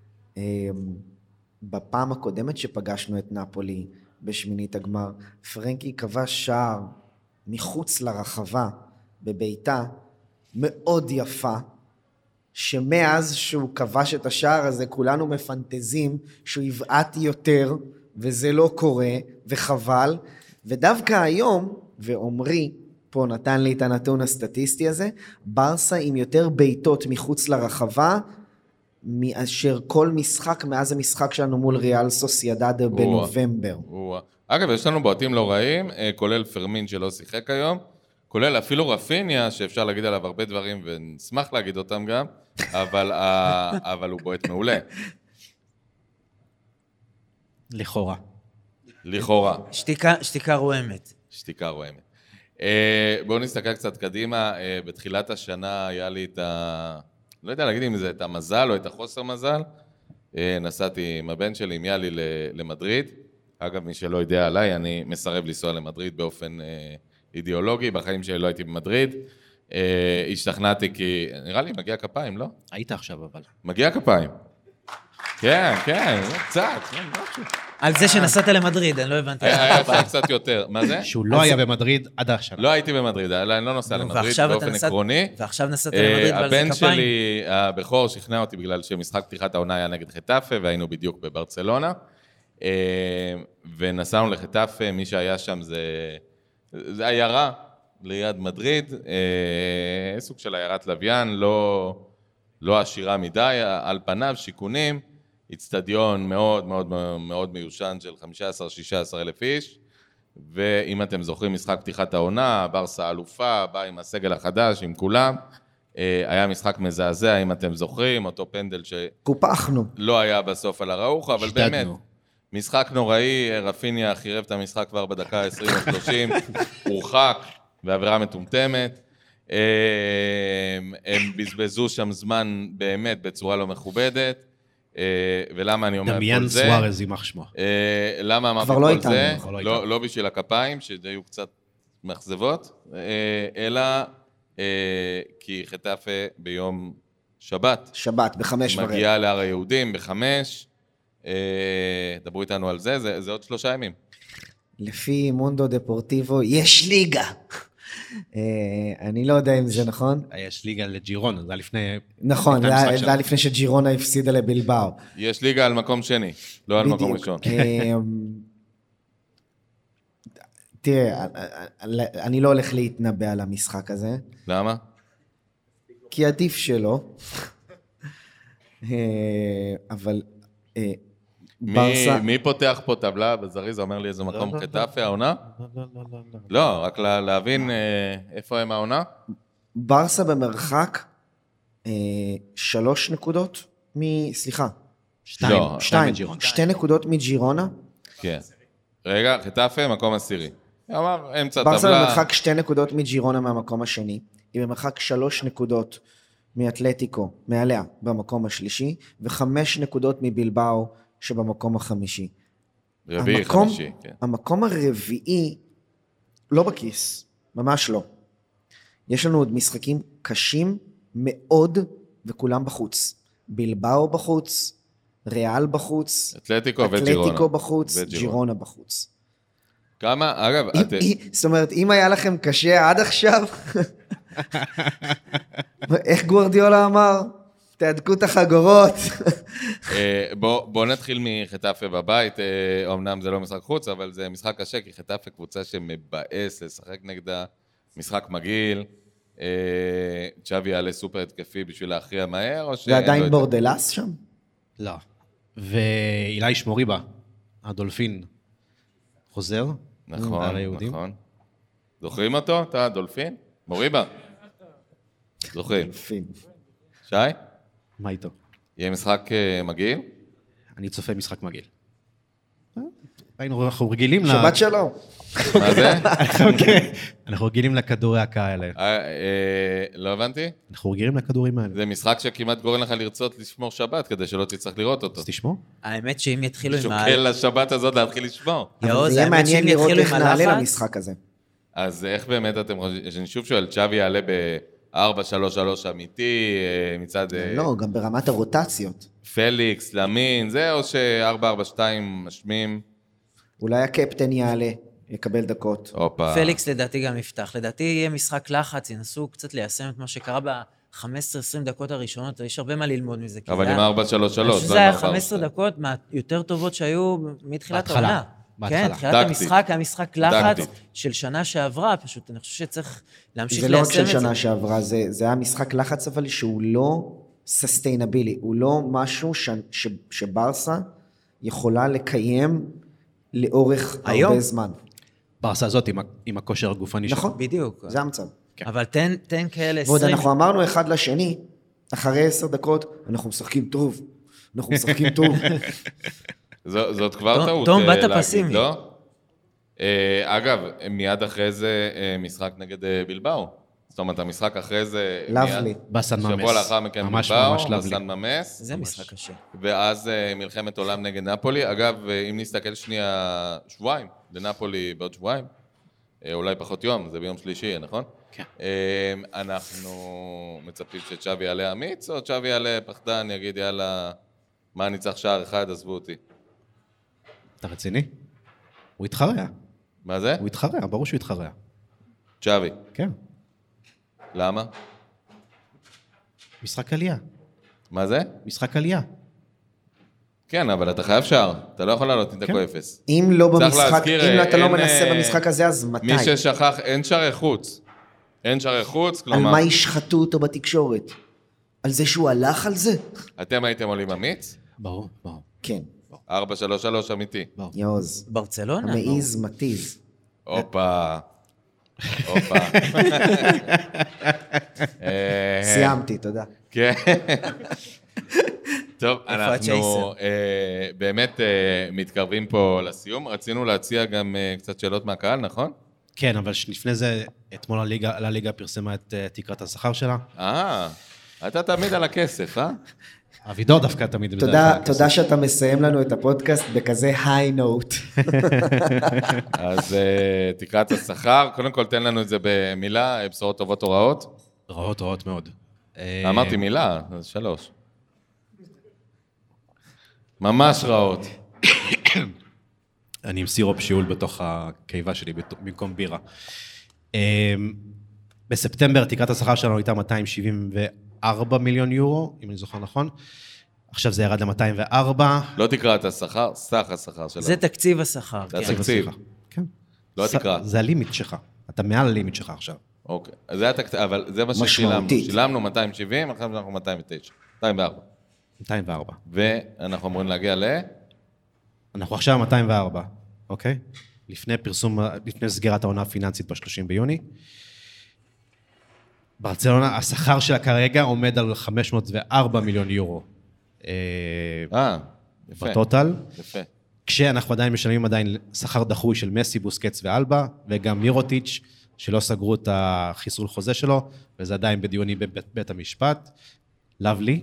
בפעם הקודמת שפגשנו את נפולי בשמינית הגמר, פרנקי כבש שער מחוץ לרחבה בביתה, מאוד יפה, שמאז שהוא כבש את השער הזה, כולנו מפנטזים שהוא יבעט יותר, וזה לא קורה, וחבל, ודווקא היום, ואומרי, פה נתן לי את הנתון הסטטיסטי הזה, ברסה עם יותר ביתות מחוץ לרחבה, מאשר כל משחק מאז המשחק שלנו מול ריאל סוסיידד בנובמבר. אגב, יש לנו בועטים לא רעים, כולל פרמין שלא שיחק היום, כולל אפילו רפיניה, שאפשר להגיד עליו הרבה דברים, ונשמח להגיד אותם גם, אבל, אבל הוא בועט מעולה. לכאורה. לכאורה. שתיקה, שתיקה רועמת. שתיקה רועמת. בואו נסתכל קצת קדימה, בתחילת השנה היה לי את ה... לא יודע להגיד אם זה את המזל או את החוסר מזל, נסעתי עם הבן שלי, עם יאלי למדריד, אגב מי שלא יודע עליי, אני מסרב לנסוע למדריד באופן אידיאולוגי, בחיים שלי לא הייתי במדריד, השתכנעתי כי, נראה לי מגיע כפיים, לא? היית עכשיו אבל. מגיע כפיים. כן, כן, קצת, משהו. על זה שנסעת למדריד, אני לא הבנתי. היה אפשר קצת יותר, מה זה? שהוא לא היה במדריד עד עכשיו. לא הייתי במדריד, אני לא נוסע למדריד באופן עקרוני. ועכשיו נסעת למדריד ועל זה כפיים? הבן שלי, הבכור, שכנע אותי בגלל שמשחק פתיחת העונה היה נגד חטאפה, והיינו בדיוק בברצלונה, ונסענו לחטאפה, מי שהיה שם זה עיירה ליד מדריד, סוג של עיירת לוויין, לא עשירה מדי, על פניו, שיכונים, אצטדיון מאוד מאוד מאוד מיושן של חמישה עשר שישה עשר אלף איש, ואם אתם זוכרים משחק פתיחת העונה, ברסה אלופה, בא עם הסגל החדש, עם כולם, היה משחק מזעזע, אם אתם זוכרים, אותו פנדל קופחנו. שלא היה בסוף על הרעוך, אבל שתדנו. באמת, משחק נוראי, רפיניה חירב את המשחק כבר בדקה עשרים או שלושים, הורחק, ועבירה מטומטמת, הם בזבזו שם זמן באמת בצורה לא מכובדת, ולמה אני אומר את כל זה? דמיין סוארז יימח שמו. למה אמרתי כל זה? לא בשביל הכפיים, שהיו קצת מחזבות, אלא כי חטאפה ביום שבת. שבת, בחמש ורבע. מגיעה להר היהודים בחמש, דברו איתנו על זה, זה עוד שלושה ימים. לפי מונדו דפורטיבו, יש ליגה. אני לא יודע אם זה נכון. יש ליגה לג'ירונה, זה היה לפני... נכון, זה היה לפני שג'ירונה הפסידה לבלבאו. יש ליגה על מקום שני, לא על מקום ראשון. תראה, אני לא הולך להתנבא על המשחק הזה. למה? כי עדיף שלא. אבל... מי פותח פה טבלה בזריז, אומר לי איזה מקום חטאפה, העונה? לא, לא, לא, לא. לא, רק להבין איפה הם העונה? ברסה במרחק שלוש נקודות מ... סליחה. שתיים. שתיים. שתי נקודות מג'ירונה. כן. רגע, חטאפה, מקום עשירי. אמר, אמצע טבלה. ברסה במרחק שתי נקודות מג'ירונה מהמקום השני. היא במרחק שלוש נקודות מאתלטיקו, מעליה, במקום השלישי, וחמש נקודות מבלבאו שבמקום החמישי. רביעי, המקום, חמישי, כן. המקום הרביעי לא בכיס, ממש לא. יש לנו עוד משחקים קשים מאוד, וכולם בחוץ. בלבאו בחוץ, ריאל בחוץ, אתלטיקו וג'ירונה. אתלטיקו בחוץ, וג'ירונה. ג'ירונה בחוץ. כמה, אגב, אם- את... אם- זאת אומרת, אם היה לכם קשה עד עכשיו, איך גוארדיולה אמר? תהדקו את החגורות. אה, בוא, בוא נתחיל מחטאפה בבית, אה, אמנם זה לא משחק חוץ, אבל זה משחק קשה, כי חטאפה קבוצה שמבאס לשחק נגדה, משחק מגעיל, אה, צ'אבי יעלה סופר התקפי בשביל להכריע מהר, או שאין לו ועדיין את זה? בורדלס שם? לא. ואילי שמוריבה, הדולפין, חוזר. נכון, על היהודים. נכון. זוכרים אותו, אתה דולפין? מוריבה? זוכרים. יפים. שי? מה איתו? יהיה משחק אה, מגעיל? אני צופה משחק מגעיל. אה, היינו, אנחנו רגילים ל... שבת שלום. מה זה? אנחנו רגילים לכדורי הקהל האלה. אה, אה, לא הבנתי? אנחנו רגילים לכדורים האלה. זה משחק שכמעט גורם לך לרצות לשמור שבת, כדי שלא תצטרך לראות אותו. אז תשמור. האמת שאם יתחילו עם ה... שוקל לשבת הזאת להתחיל לשמור. אבל יעוז, זה יהיה האמת שאם מעניין לראות יתחילו איך עם נעלה הלחץ, למשחק הזה. אז איך באמת אתם חושבים, אני שוב שואל, צ'אבי יעלה ב-ארבע שלוש שלוש אמיתי, אה, מצד אה, לא, גם ברמת הרוטציות. פליקס, למין, זה, או ש-ארבע ארבע שתיים משמים? אולי הקפטן יעלה, יקבל דקות. הופה. פליקס לדעתי גם יפתח. לדעתי יהיה משחק לחץ, ינסו קצת ליישם את מה שקרה ב-חמש עשרה עשרים דקות הראשונות, יש הרבה מה ללמוד מזה. כי אבל זה עם היה- ארבע שלוש אני שלוש. חושב שזה היה חמש עשרה דקות מהיותר טובות שהיו מתחילת בהתחלה, העונה. בהתחלה. כן, תחילת טקטית. המשחק היה משחק לחץ טקטית. של שנה שעברה, פשוט אני חושב שצריך להמשיך זה לא רק ליישם של את זה. שנה שעברה, זה, זה היה משחק לחץ אבל שהוא לא ססטיינבילי, הוא לא משהו ש, ש, שברסה יכולה לקיים לאורך היום? הרבה זמן. ברסה הזאת עם ה- עם הכושר הגופני שלו. נכון, בדיוק. זה המצב. אבל תן, תן כאלה ועוד עשרים... אנחנו אמרנו אחד לשני, אחרי עשר דקות, אנחנו משחקים טוב, אנחנו משחקים טוב. ז- זאת כבר תום- טעות תום, אה, באת להגיד, פסימי. לא? אה, אגב, מיד אחרי זה אה, משחק נגד אה, בלבאו. זאת אומרת, המשחק אחרי זה... לבלי. מיד- בסן ממס. שבוע לאחר מכן ממש בלבאו, ממש לבלי. בסן ממס. זה משחק קשה. ואז אה, מלחמת עולם נגד נפולי. אגב, אה, אם נסתכל שנייה, שבועיים, לנפולי בעוד שבועיים, אה, אולי פחות יום, זה ביום שלישי, נכון? כן. אה, אנחנו מצפים שצ'אבי יעלה אמיץ, או צ'אבי יעלה פחדן, יגיד יאללה, מה אני צריך שער אחד, עזבו אותי. אתה רציני? הוא התחרע. מה זה? הוא התחרע, ברור שהוא התחרע. צ'אבי. כן. למה? משחק עלייה. מה זה? משחק עלייה. כן, אבל אתה חייב שער, אתה לא יכול לעלות עם דקו אפס. אם לא צריך במשחק, להזכיר, אם אתה לא אין, מנסה אה, במשחק הזה, אז מתי? מי ששכח, אין שערי חוץ. אין שערי חוץ, על כלומר, מה ישחטו אותו בתקשורת? על זה שהוא הלך על זה? אתם הייתם עולים אמיץ? ברור, ברור. כן, ארבע שלוש שלוש אמיתי. יעוז. ברצלונה? המעיז מתיז. הופה. הופה. אה, סיימתי, תודה. כן. טוב, איפה אנחנו הצ'ייסר? אה, באמת אה, מתקרבים פה לסיום. רצינו להציע גם אה, קצת שאלות מהקהל, נכון? כן, אבל לפני זה, אתמול הליגה, הליגה פרסמה את אה, תקרת השכר שלה. אה, אתה תמיד על הכסף, אה? אבידור דווקא תמיד... בדרך תודה, כלל הכסף. תודה שאתה מסיים לנו את הפודקאסט בכזה היי נוט. אז אה, תקרת השכר, קודם כל תן לנו את זה במילה, אה, בשורות טובות או רעות. רעות, רעות מאוד. אה, אמרתי מילה, אז שלוש. ממש רעות. אני עם סירופ שיעול בתוך הקיבה שלי בת- במקום בירה. אה, בספטמבר תקרת השכר שלנו הייתה מאתיים שבעים וארבע מיליון יורו, אם אני זוכר נכון. עכשיו זה ירד ל-מאתיים וארבע. לא תקרת השכר, סך השכר שלנו. זה תקציב השכר. זה כן. התקציב. כן. לא ס- התקרה. זה הלימיט שלך. אתה מעל הלימיט שלך עכשיו. אוקיי, אז זה התקציב, אבל זה מה ששילמנו. משמעותית. שילמנו מאתיים שבעים, עכשיו אנחנו מאתיים ותשע. מאתיים וארבע. מאתיים וארבע. ואנחנו אמורים להגיע ל... אנחנו עכשיו מאתיים וארבע, אוקיי? לפני פרסום, לפני סגירת העונה הפיננסית ב-שלושים ביוני. ברצלונה, השכר שלה כרגע עומד על חמש מאות וארבע מיליון יורו. אה, אה, יפה. בטוטל. יפה. כשאנחנו עדיין משלמים עדיין שכר דחוי של מסי, בוסקץ ואלבה, וגם מירוטיץ', שלא סגרו את החיסול חוזה שלו, וזה עדיין בדיונים בבית בית המשפט. lovely.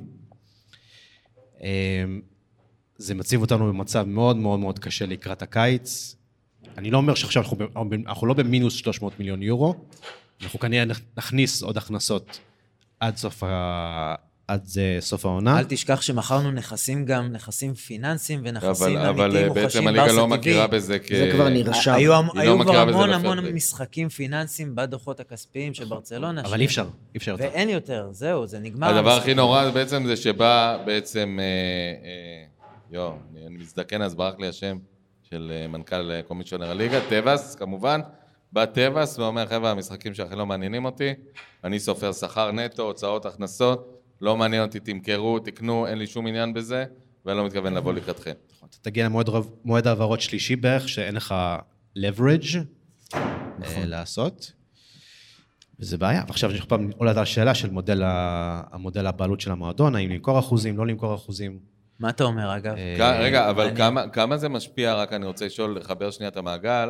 זה מציב אותנו במצב מאוד מאוד מאוד קשה לקראת הקיץ. אני לא אומר שעכשיו אנחנו, אנחנו לא במינוס שלוש מאות מיליון יורו, אנחנו כנראה נכניס עוד הכנסות עד סוף, ה... עד סוף העונה. אל תשכח שמכרנו נכסים גם, נכסים פיננסיים ונכסים אבל, אמיתיים אבל מוחשים בעצם הליגה לא ברסה טבעי. מכירה בזה כ... זה כבר נרשם. היו, לא היו כבר בזה המון בפרק. המון משחקים פיננסיים בדוחות הכספיים של ברצלונה. אבל ש... אי אפשר, אי אפשר יותר. ואין יותר, זהו, זה נגמר. הדבר המשחק. הכי נורא בעצם זה שבא בעצם, אה, אה, יו, אני, אני מזדקן אז ברח לי השם של אה, מנכ"ל אה, קומישיונר הליגה, טבעס כמובן, בא טבעס ואומר חבר'ה המשחקים שהכי לא מעניינים אותי, אני סופר שכר נטו, הוצאות, הכנסות, לא מעניין אותי, תמכרו, תקנו, אין לי שום עניין בזה, ואני לא מתכוון לבוא לקראתכם. אתה תגיע למועד מועד העברות שלישי בערך, שאין לך leverage לעשות, וזה בעיה. ועכשיו יש פעם עולת השאלה של מודל, המודל הבעלות של המועדון, האם למכור אחוזים, לא למכור אחוזים. מה אתה אומר, אגב? כ- רגע, אבל כמה, כמה זה משפיע, רק אני רוצה לשאול, לחבר שנייה את המעגל,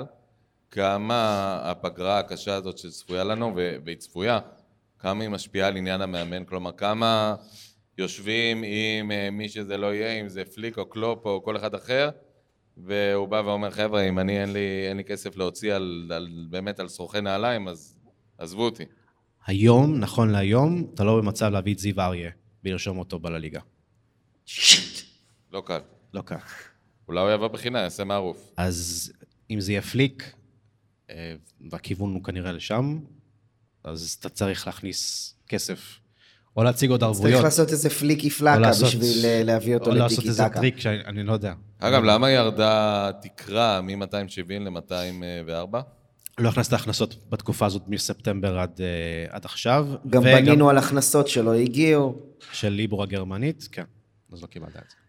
כמה הפגרה הקשה הזאת שצפויה לנו, ו- והיא צפויה, כמה היא משפיעה על עניין המאמן, כלומר, כמה יושבים עם מי שזה לא יהיה, אם זה פליק או קלופ או כל אחד אחר, והוא בא ואומר, חבר'ה, אם אני אין לי, אין לי כסף להוציא על, על, באמת על שרוכי נעליים, אז עזבו אותי. היום, נכון להיום, אתה לא במצב להביא את זיו אריה, ולרשום אותו בלליגה. שיט. לא קל. לא קל. אולי הוא יבוא בחינה, יעשה מערוף. אז אם זה יהיה פליק, אה, והכיוון הוא כנראה לשם, אז אתה צריך להכניס כסף, או להציג עוד ערבויות. צריך לעשות איזה פליקי פלקה לעשות- בשביל אה, להביא אותו או לעשות לטיקי איזה טקה. טריק שאני לא יודע. אגב, למה ירדה תקרה מ-מאתיים שבעים ל-מאתיים וארבע? לא הכנסת הכנסות בתקופה הזאת מספטמבר עד, אה, עד עכשיו. גם וגם בנינו על הכנסות שלא הגיעו. של ליבור הגרמנית, כן. אז לא קיבלת את זה.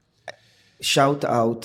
שאוט אאוט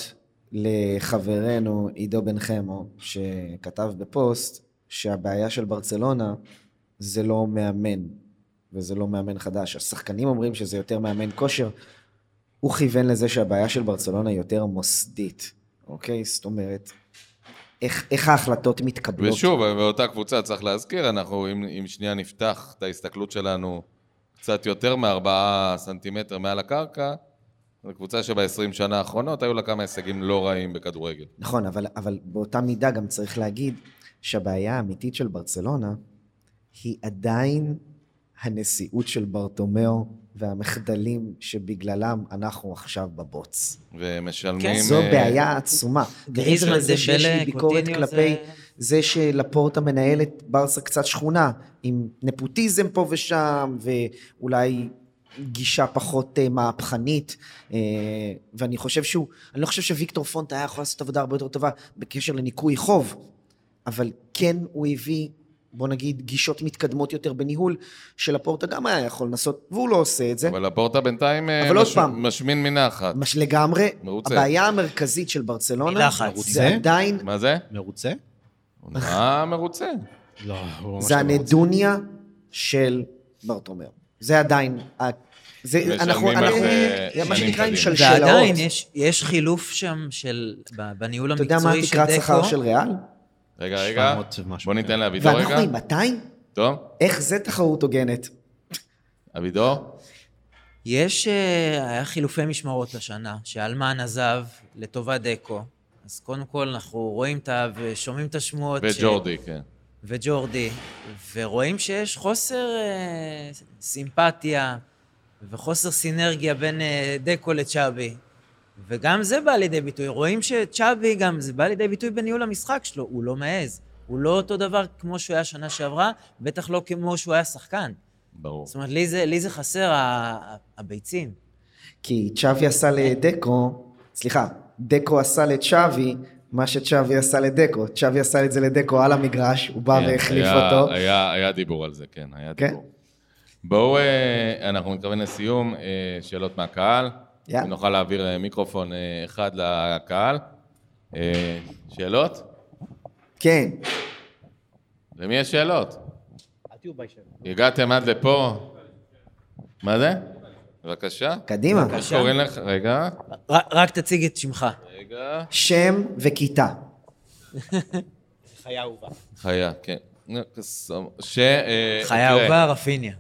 לחברנו עידו בן חמו, שכתב בפוסט שהבעיה של ברצלונה זה לא מאמן, וזה לא מאמן חדש. השחקנים אומרים שזה יותר מאמן כושר. הוא כיוון לזה שהבעיה של ברצלונה היא יותר מוסדית, אוקיי? זאת אומרת, איך, איך ההחלטות מתקבלות. ושוב, באותה קבוצה צריך להזכיר, אנחנו אם, אם שנייה נפתח את ההסתכלות שלנו קצת יותר מארבעה סנטימטר מעל הקרקע, זו קבוצה שב-עשרים שנה האחרונות היו לה כמה הישגים לא רעים בכדורגל. נכון, אבל, אבל באותה מידה גם צריך להגיד שהבעיה האמיתית של ברצלונה היא עדיין הנשיאות של ברטומאו והמחדלים שבגללם אנחנו עכשיו בבוץ. ומשלמים... כן, זו אה, בעיה עצומה. גריזמן, מעבר לזה שיש לי דמבלה, ביקורת קוטיניו, כלפי זה- זה שלפורטה מנהל את ברסה קצת שכונה, עם נפוטיזם פה ושם, ואולי גישה פחות אה, מהפכנית, אה, ואני חושב שהוא, אני לא חושב שוויקטור פונט היה יכול לעשות עבודה הרבה יותר טובה בקשר לניקוי חוב, אבל כן הוא הביא, בוא נגיד, גישות מתקדמות יותר בניהול, שלפורטה גם היה יכול לנסות, והוא לא עושה את זה. אבל לפורטה בינתיים אה, אבל עוד מש... פעם. משמין מנחת. מש לגמרי, מרוצה. הבעיה המרכזית של ברצלונה, מלחץ. זה עדיין, מה זה? מרוצה? הוא נראה מרוצה. לא, הוא ממש זה לא מרוצה. הנדוניה של ברטומאו. זה עדיין, ה- זה, משלמים אנחנו, על אנחנו, זה מה שנים שנקרא עם קדימה. שלשלאות. ועדיין יש, יש חילוף שם של, ב- בניהול אתה יודע מה המקצועי של התקרת שכר דקו. של ריאל? רגע, רגע, שבע מאות ומשהו, בוא כן. ניתן לאבידור ואנחנו רגע. עם מאתיים? טוב, איך זה תחרות הוגנת? אבידור? יש, אה, היה חילופי משמרות השנה, שאלמן עזב לטובת דקו. אז קודם כל אנחנו רואים את ה... ושומעים את השמועות. וג'ורדי, כן. וג'ורדי, ורואים שיש חוסר אה, סימפתיה וחוסר סינרגיה בין אה, דקו לצ'אבי. וגם זה בא לידי ביטוי. רואים שצ'אבי גם זה בא לידי ביטוי בניהול המשחק שלו. הוא לא מעז. הוא לא אותו דבר כמו שהוא היה שנה שעברה, בטח לא כמו שהוא היה שחקן. ברור. זאת אומרת, לי זה, לי זה חסר ה- הביצים. כי צ'אבי עשה לדקו, סליחה, דקו עשה לצ'אבי, מה שצ'אבי עשה לדקו. צ'אבי עשה את זה לדקו על המגרש, הוא בא כן, והחליף היה- אותו. היה, היה דיבור על זה, כן, היה כן? דיבור. בואו, אה, אנחנו נתכוון לסיום, אה, שאלות מהקהל. יאללה. אם נוכל להעביר אה, מיקרופון אה, אחד לקהל. אה, שאלות? כן. למי יש שאלות? הגעתם עד לפה? מה זה? בבקשה. קדימה. איך קוראים לך? רגע, ר, רק תציג את שמך. רגע. שם וכיתה. חיה אהובה. חיה, כן. ש... אה, חיה תראה. אהובה, רפיניה.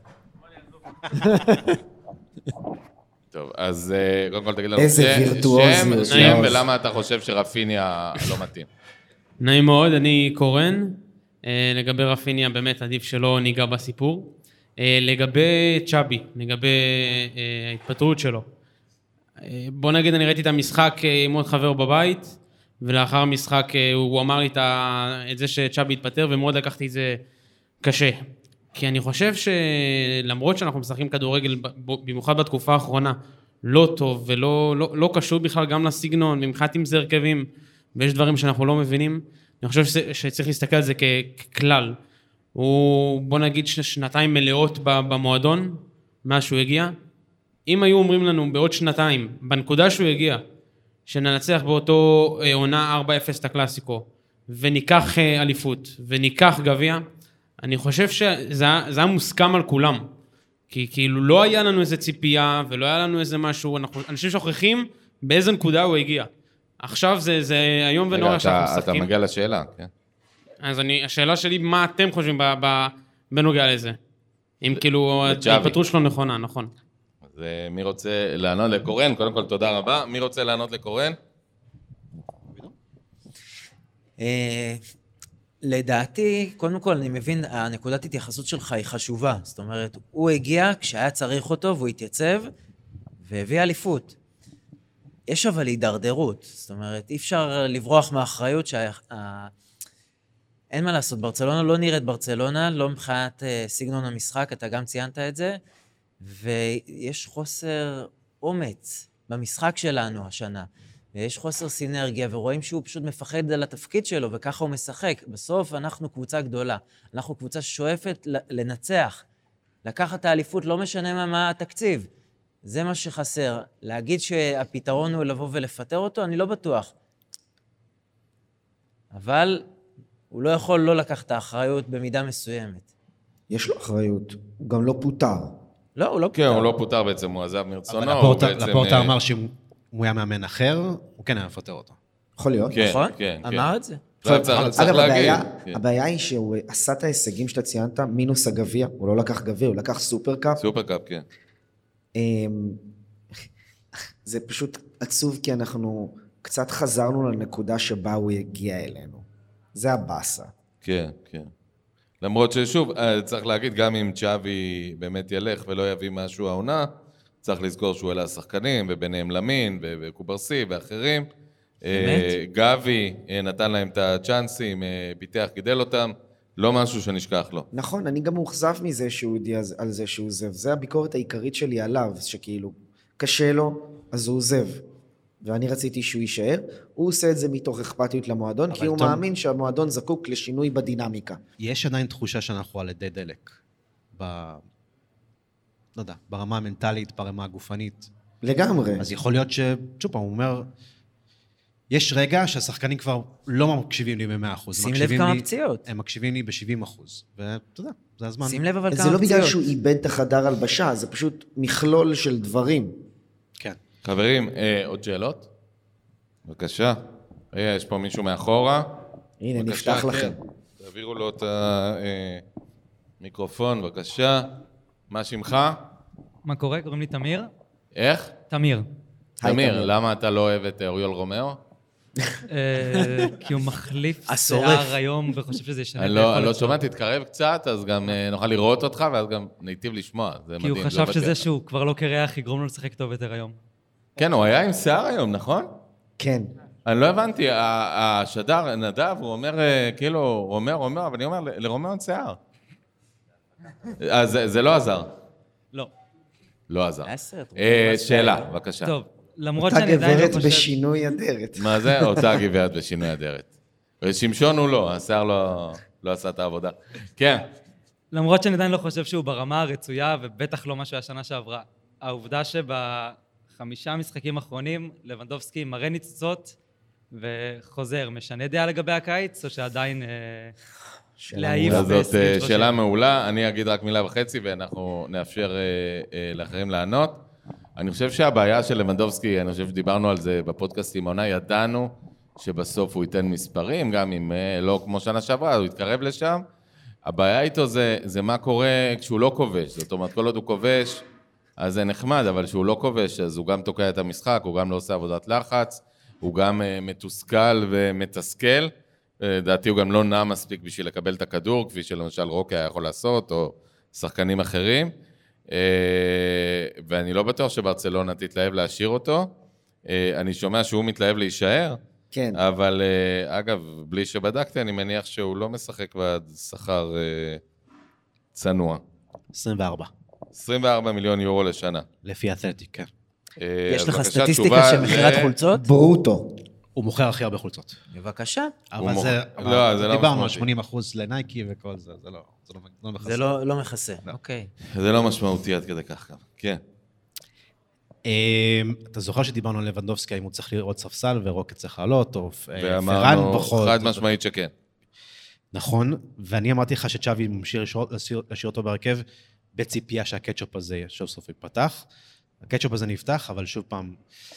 טוב, אז אה, קודם כל תגיד לנו איזה ש- וירטואוזיות, שם, שם, יאוז. ולמה אתה חושב שרפיניה לא מתאים. נעים מאוד, אני קורן. אה, לגבי רפיניה, באמת עדיף שלא ניגע בסיפור. אה, לגבי צ'אבי, לגבי אה, ההתפטרות שלו. אה, בוא נגיד, אני ראיתי את המשחק אה, עם עוד חבר בבית, ולאחר המשחק אה, הוא אמר לי את, ה... את זה שצ'אבי התפטר, ומאוד לקחתי את זה קשה. כי אני חושב שלמרות שאנחנו משחקים כדורגל, במיוחד בתקופה האחרונה, לא טוב ולא לא, לא קשור בכלל גם לסגנון, מבחינת אם זה הרכבים, ויש דברים שאנחנו לא מבינים, אני חושב ש- שצריך להסתכל על זה כ- ככלל. הוא, בוא נגיד, שנתיים מלאות במועדון, מאז שהוא הגיע. אם היו אומרים לנו בעוד שנתיים, בנקודה שהוא הגיע, שננצח באותו עונה ארבע אפס את הקלאסיקו, וניקח אליפות, וניקח גביע, אני חושב שזה היה מוסכם על כולם. כי כאילו לא היה לנו איזה ציפייה, ולא היה לנו איזה משהו, אנחנו, אנשים שוכחים באיזה נקודה הוא הגיע. עכשיו זה, זה היום ונורא רגע, שאנחנו אתה, אתה משחקים. מגיע לשאלה, כן? אז אני, השאלה שלי, מה אתם חושבים ב, ב, בנוגע לזה? אם כאילו, לצ'אבי. ההתפטרות שלו נכונה, נכון. אז אה, מי רוצה לענות לקורן? קודם כל, תודה רבה. מי רוצה לענות לקורן? אה, לדעתי, קודם כל, אני מבין, הנקודת התייחסות שלך היא חשובה. זאת אומרת, הוא הגיע כשהיה צריך אותו, והוא התייצב, והביא אליפות. יש אבל הידרדרות. זאת אומרת, אי אפשר לברוח מהאחריות שה... אין מה לעשות, ברצלונה לא נראית ברצלונה, לא מבחינת אה, סגנון המשחק, אתה גם ציינת את זה, ויש חוסר אומץ במשחק שלנו השנה, ויש חוסר סינרגיה, ורואים שהוא פשוט מפחד על התפקיד שלו, וככה הוא משחק. בסוף אנחנו קבוצה גדולה, אנחנו קבוצה ששואפת לנצח, לקחת את האליפות, לא משנה מה, מה התקציב. זה מה שחסר. להגיד שהפתרון הוא לבוא ולפטר אותו, אני לא בטוח. אבל הוא לא יכול לא לקחת את האחריות במידה מסוימת. יש לו אחריות, הוא גם לא פוטר. לא, הוא לא כן, פוטר. הוא לא פוטר בעצם, הוא עזב מרצונו. אבל הוא לפורטה בעצם, לפורטה אה, אמר שאם הוא היה מאמן אחר, הוא כן היה מפטר אותו. יכול להיות. כן, נכון? כן, כן. אמר את זה. לא, צריך צריך אגב, להגיד. הבעיה, כן. הבעיה היא שהוא עשה את ההישגים שאתה ציינת, מינוס הגביע, הוא לא לקח גביע, הוא לקח סופרקאפ. סופרקאפ, כן. אמ, זה פשוט עצוב, כי אנחנו קצת חזרנו לנקודה שבה הוא הגיע אלינו. זה הבאסה. כן, כן. למרות ששוב, אה, צריך להגיד, גם אם צ'אבי באמת ילך ולא יביא משהו העונה, צריך לזכור שהוא אלה השחקנים, וביניהם למין, ו- וקוברסי ואחרים. אה, גבי אה, נתן להם את הצ'אנסים, אה, פיתח, גידל אותם, לא משהו שנשכח לו. נכון, אני גם מאוכזב מזה שהוא הודיע על זה שהוא עוזב. זה הביקורת העיקרית שלי עליו, שכאילו, קשה לו, אז הוא עוזב. ואני רציתי שהוא יישאר. הוא עושה את זה מתוך אכפתיות למועדון, כי הוא תום- מאמין שהמועדון זקוק לשינוי בדינמיקה. יש עדיין תחושה שאנחנו על ידי דלק. ב... לא יודע, ברמה המנטלית, ברמה הגופנית. לגמרי. אז יכול להיות ש... שוב פעם, הוא אומר, יש רגע שהשחקנים כבר לא מקשיבים לי ב-מאה אחוז. שים לב כמה פציעות. הם מקשיבים לי ב-שבעים אחוז. ואתה יודע, זה הזמן. שים לב אבל כמה זה לא פציעות. בגלל שהוא איבד את החדר הלבשה, זה פשוט מכלול של דברים. כן. חברים, אה, עוד שאלות? בבקשה. אה, יש פה מישהו מאחורה. הנה, בבקשה, נפתח כן. לכם. תעבירו לו את המיקרופון, בבקשה. מה שמך? מה קורה? קוראים לי תמיר. איך? תמיר. היי, תמיר, תמיר. למה אתה לא אוהב את אוריול רומאו? אה, כי הוא מחליף השורף. שיער היום וחושב שזה ישנה. אני את לא היכולת אני לא שלו. שומע, תתקרב קצת, אז גם אה, נוכל לראות אותך, ואז גם ניטיב לשמוע. זה כי מדהים. הוא זה חשב בקטע. שזה שהוא כבר לא קרח יגרום לו לשחק טוב יותר היום. כן, הוא היה עם שיער היום, נכון? כן. אני לא הבנתי, ה- השדר, נדב, הוא אומר, אה, כאילו, רומאו, רומאו, אבל אני אומר, ל- לרומאו אין שיער. אז זה- זה לא עזר. לא. לא עזר. היה סרט. אה, שאלה, בבקשה. טוב, למרות אותה שאני עדיין לא גברת חושב... בשינוי אדרת. מה זה? אותה גברת בשינוי אדרת. שמשון הוא לא, השיער לא לא עשה את העבודה. כן. למרות שאני עדיין לא חושב שהוא ברמה הרצויה, ובטח לא מה שהיה שנה שעברה. העובדה שבחמישה משחקים האחרונים, לבנדובסקי מראה ניצוצות וחוזר. משנה דעה לגבי הקיץ, או שעדיין אה, להעיף אז זאת ב-עשרים אה, שלושים? שאלה מעולה, אני אגיד רק מילה וחצי ואנחנו נאפשר אה, אה, לאחרים לענות. אני חושב שהבעיה של לבנדובסקי, אני חושב שדיברנו על זה בפודקאסטים העונה, ידענו שבסוף הוא ייתן מספרים, גם אם אה, לא כמו שנה שעברה, הוא יתקרב לשם, הבעיה איתו זה, זה מה קורה כשהוא לא כובש. זאת אומרת, כל עוד הוא כובש, אז זה נחמד, אבל כשהוא לא כובש, אז הוא גם תוקע את המשחק, הוא גם לא עושה עבודת לחץ, הוא גם uh, מתוסכל ומתסכל. לדעתי הוא גם לא נע מספיק בשביל לקבל את הכדור, כפי שלמשל רוקי היה יכול לעשות, או שחקנים אחרים. Uh, ואני לא בטוח שברצלונה תתלהב להשאיר אותו. Uh, אני שומע שהוא מתלהב להישאר, כן. אבל uh, אגב, בלי שבדקתי, אני מניח שהוא לא משחק בשכר uh, צנוע. עשרים וארבע. עשרים וארבע מיליון יורו לשנה. לפי אתלטיק, כן. יש לך סטטיסטיקה של מכירת חולצות? ברוטו. הוא מוכר הכי הרבה חולצות. בבקשה. אבל מוכ... זה... לא, זה לא דיברנו על משמעותי. שמונים אחוז לנייקי וכל זה, זה לא, זה לא, לא מכסה. זה לא, לא מכסה, אוקיי. זה לא משמעותי עד כדי כך גם, כן. אתה זוכר שדיברנו על לבנדובסקי, אם הוא צריך לראות ספסל ורוקט צריך לעלות, או פרן ואמרנו פחות. חד משמעית שכן. נכון, ואני אמרתי לך שצ'אבי ממשיך להשאיר אותו בהרכב, בציפייה שהקטשופ הזה שוב סוף יפתח. הקטשופ הזה נפתח, אבל שוב פעם,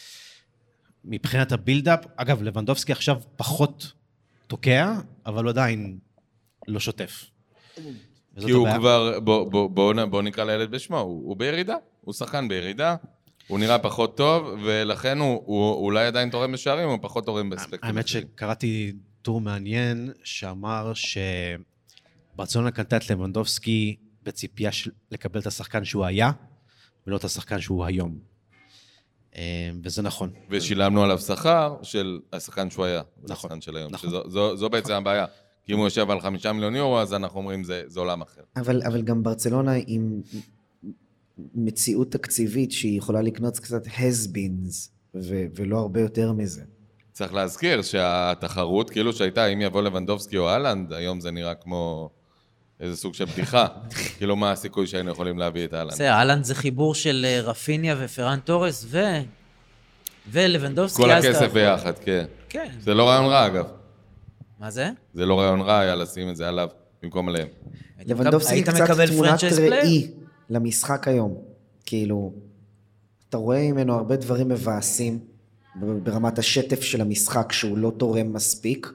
מבחינת הבילדאפ, אגב, לבנדובסקי עכשיו פחות תוקע, אבל עדיין לא שוטף. כי הוא כבר, בוא, בוא, בוא, בוא נקרא לילד בשמו, הוא, הוא בירידה, הוא שחקן בירידה, הוא נראה פחות טוב, ולכן הוא, הוא אולי עדיין תורם בשערים, הוא פחות תורם באספקטים. האמת שקראתי טור מעניין, שאמר שברצלונה קנתה את לבנדובסקי בציפייה של לקבל את השחקן שהוא היה, ולא את השחקן שהוא היום. וזה נכון. ושילמנו עליו שכר של השחקן שהוא היה, נכון. השחקן של היום. נכון. שזו, זו, זו בעצם הבעיה. כי אם הוא יושב על חמישה מיליון יורו, אז אנחנו אומרים, זה, זה עולם אחר. אבל, אבל גם ברצלונה עם מציאות תקציבית שהיא יכולה לקנות קצת has-beens, ו- ולא הרבה יותר מזה. צריך להזכיר שהתחרות, כאילו שהייתה, אם יבוא לבנדובסקי או אהלנד, היום זה נראה כמו איזה סוג של בדיחה. כאילו מה הסיכוי שהיינו יכולים להביא את אהלנד. בסדר, אהלנד זה חיבור של רפיניה ופרן טורס, ו... ולבנדובסקי... כל הכסף ביחד, כן. כן. זה לא רעיון רע, אגב. מה זה? זה לא רעיון רע היה לשים את זה עליו במקום עליהם. לבנדובסקי היית קצת מקבל תמונת פרנצ'ייז פלייר? ראי למשחק היום. כאילו, אתה רואה ממנו הרבה דברים מבאסים, ברמת השטף של המשחק שהוא לא תורם מספיק,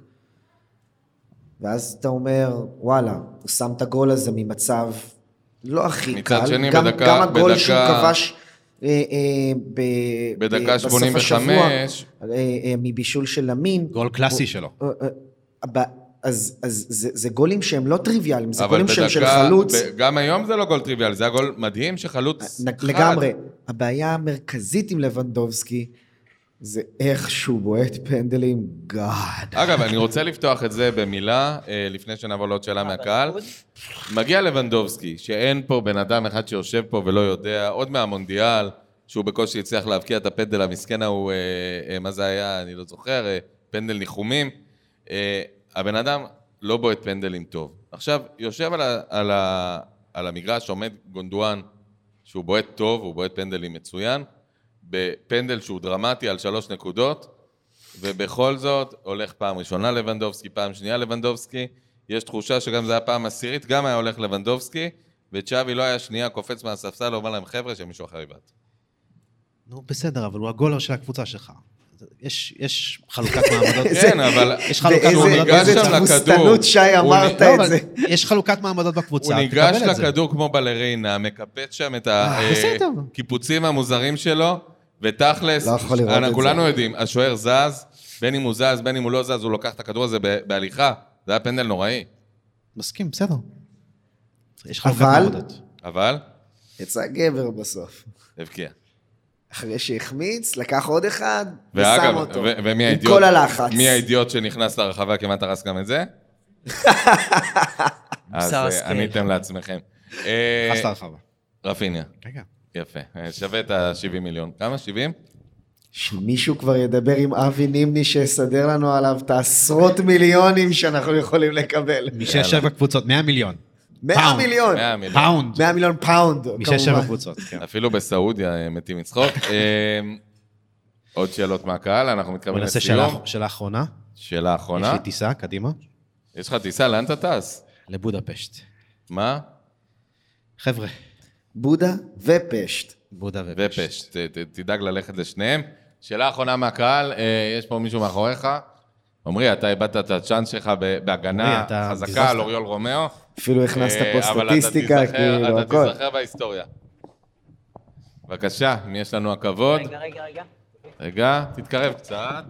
ואז אתה אומר, וואלה, הוא שם את הגול הזה ממצב לא הכי מצד קל. שני, גם, בדקה- גם הגול בדקה- שהוא כבש אה, אה, ב, בדקה בסוף שמונים השבוע, וחמש. אה, אה, מבישול של למין. גול קלאסי שלו. אה, אה, אה, אז, אז זה, זה גולים שהם לא טריוויאליים, זה אבל גולים שהם של בדקה- חלוץ. ב- גם היום זה לא גול טריוויאלי, זה היה גול מדהים שחלוץ נ- חד. לגמרי. הבעיה המרכזית עם לבנדובסקי, זה איך שהוא בועט פנדלים, גאד. אגב, אני רוצה לפתוח את זה במילה, אה, לפני שנעבור לעוד שאלה מהקהל. מגיע לבנדובסקי, שאין פה בן אדם אחד שיושב פה ולא יודע, עוד מהמונדיאל, שהוא בקושי הצליח להבקיע את הפנדל המסכן ההוא, אה, אה, מה זה היה, אני לא זוכר, אה, פנדל ניחומים. אה, הבן אדם לא בועט פנדלים טוב. עכשיו, יושב על, ה, על, ה, על המגרש, עומד גונדואן, שהוא בועט טוב, הוא בועט פנדלים מצוין, בפנדל שהוא דרמטי על שלוש נקודות, ובכל זאת הולך פעם ראשונה לבנדובסקי, פעם שנייה לבנדובסקי, יש תחושה שגם זה היה פעם עשירית, גם היה הולך לבנדובסקי, וצ'אבי לא היה שנייה קופץ מהספסל, אומר להם חבר'ה שמישהו אחר יבעט. נו, בסדר, אבל הוא הגולר של הקבוצה שלך. יש, יש חלוקת מעמדות. כן, אבל יש חלוקת באיזה- מעמדות. ניגש באיזה שם לכדור. תבוסתנות שי הוא אמרת נ- לא, את אבל זה. יש חלוקת מעמדות בקבוצה, הוא ניגש תקבל את זה. לכדור כמו בלרינה, מקפץ שם את בסדר. הקיפוצים המוזרים שלו, ותכלס, לא יכול לראות את אנחנו זה. כולנו יודעים, השוער זז, בין אם הוא זז, בין אם הוא לא זז, הוא לוקח את הכדור הזה ב- בהליכה, זה היה פנדל נוראי. מסכים, בסדר. יש חלוקת אבל- מעמדות. אבל, יצא גבר בסוף. הבקיע. אחרי שהחמיץ, לקח עוד אחד, ושם ואגב, אותו. ו- ומי עם האידיוט? כל הלחץ. מי האידיוט שנכנס לרחבה כמעט הרס גם את זה? אז מוסר אה, השכל. עניתם לעצמכם. אה, נכנס לרחבה. רפיניה, רגע. יפה. אה, שווה את ה-שבעים מיליון. כמה? שבעים? שמישהו כבר ידבר עם אבי נימני שיסדר לנו עליו את העשרות מיליונים שאנחנו יכולים לקבל. מי שישב בקבוצות, מאה מיליון. מאה פאונד. מיליון. מאה מיליון. פאונד. מאה מיליון פאונד, מי שישב כמובן. בקבוצות, כן. אפילו בסעודיה אה, מתים מצחוק. אה, עוד שאלות מהקהל, אנחנו בוא מתקרבים נעשה לסיום. שאלה- שאלה אחרונה. שאלה יש אחרונה. לי טיסה, קדימה. יש לך טיסה, לאן אתה טס? לבודפשט. מה? חבר'ה, בודה ופשט. בודה ופשט. ופשט, ת- ת- תדאג ללכת לשניהם. שאלה אחרונה מהקהל, אה, יש פה מישהו מאחוריך. עמרי, אתה איבדת את הצ'אנס שלך ב- בהגנה עמרי, אתה חזקה בזבזת. על אוריול רומאו. אפילו הכנסת פה אה, אבל אתה סטטיסטיקה, תיזכר- כאילו, אתה הכל. תיזכר בהיסטוריה. בבקשה, מי יש לנו הכבוד? רגע, רגע, רגע. רגע, תתקרב קצת.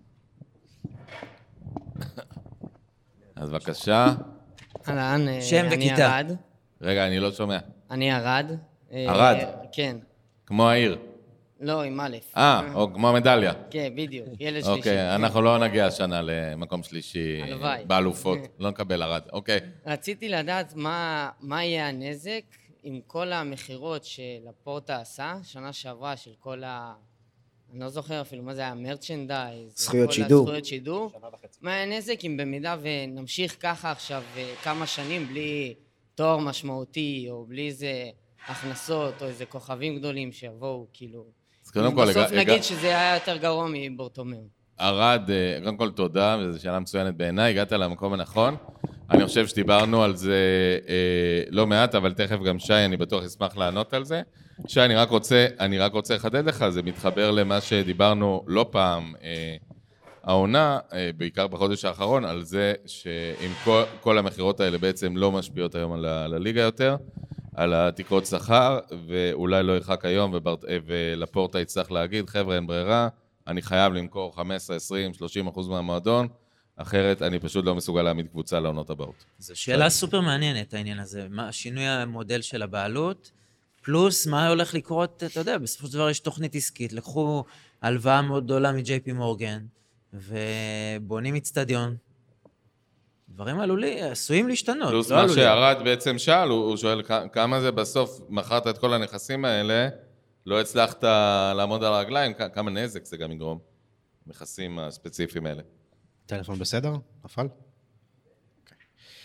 אז בבקשה. אהלן, אה, שם אני וכיתה. ארד. רגע, אני לא שומע. אני ארד. אה, ארד? כן. כמו העיר. לא, עם א'. אה, או כמו המדליה. כן, בדיוק, ילד שלישי. אוקיי, אנחנו לא נגיע השנה למקום שלישי הלוואי. באלופות. לא נקבל ארד. אוקיי. רציתי לדעת מה, מה יהיה הנזק עם כל המכירות שלפורטה עשה, שנה שעברה של כל ה... אני לא זוכר אפילו מה זה היה, מרצ'נדייז. זכויות כל שידור. הזכויות שידור. מה יהיה הנזק אם במידה ונמשיך ככה עכשיו אה, כמה שנים בלי תואר משמעותי, או בלי איזה הכנסות, או איזה כוכבים גדולים שיבואו, כאילו... אז קודם כל, בסוף הגע- נגיד הגע- שזה היה יותר גרוע מבורטומאו. ארד, אה, קודם כל תודה, וזו שאלה מצוינת בעיניי, הגעת למקום הנכון. אני חושב שדיברנו על זה אה, לא מעט, אבל תכף גם שי, אני בטוח אשמח לענות על זה. שי, אני רק רוצה, אני רק רוצה לחדד לך, זה מתחבר למה שדיברנו לא פעם, אה, העונה, אה, בעיקר בחודש האחרון, על זה שאם כל, כל המחירות האלה בעצם לא משפיעות היום על, ה- על הליגה יותר, על התקרות שכר, ואולי לא ירחק היום, וברט, אה, ולפורטה יצטרך להגיד, חבר'ה, אין ברירה, אני חייב למכור חמש עשרה, עשרים, שלושים אחוז מהמועדון, אחרת אני פשוט לא מסוגל להעמיד קבוצה לעונות הבאות. זו שאלה סופר מעניינת, העניין הזה. מה, שינוי המודל של הבעלות, פלוס מה הולך לקרות, אתה יודע, בסופו של דבר יש תוכנית עסקית, לקחו הלוואה מאוד גדולה מג'יי פי מורגן, ובונים אצטדיון. דברים עלולים, עשויים להשתנות, פלוס לא מה עלולים. שהרד בעצם שאל, הוא, הוא שואל כ- כמה זה בסוף, מכרת את כל הנכסים האלה, לא הצלחת לעמוד על הרגליים, כ- כמה נזק זה גם יגרום, נכסים הספציפיים האלה. טלפון בסדר? נפל? אוקיי.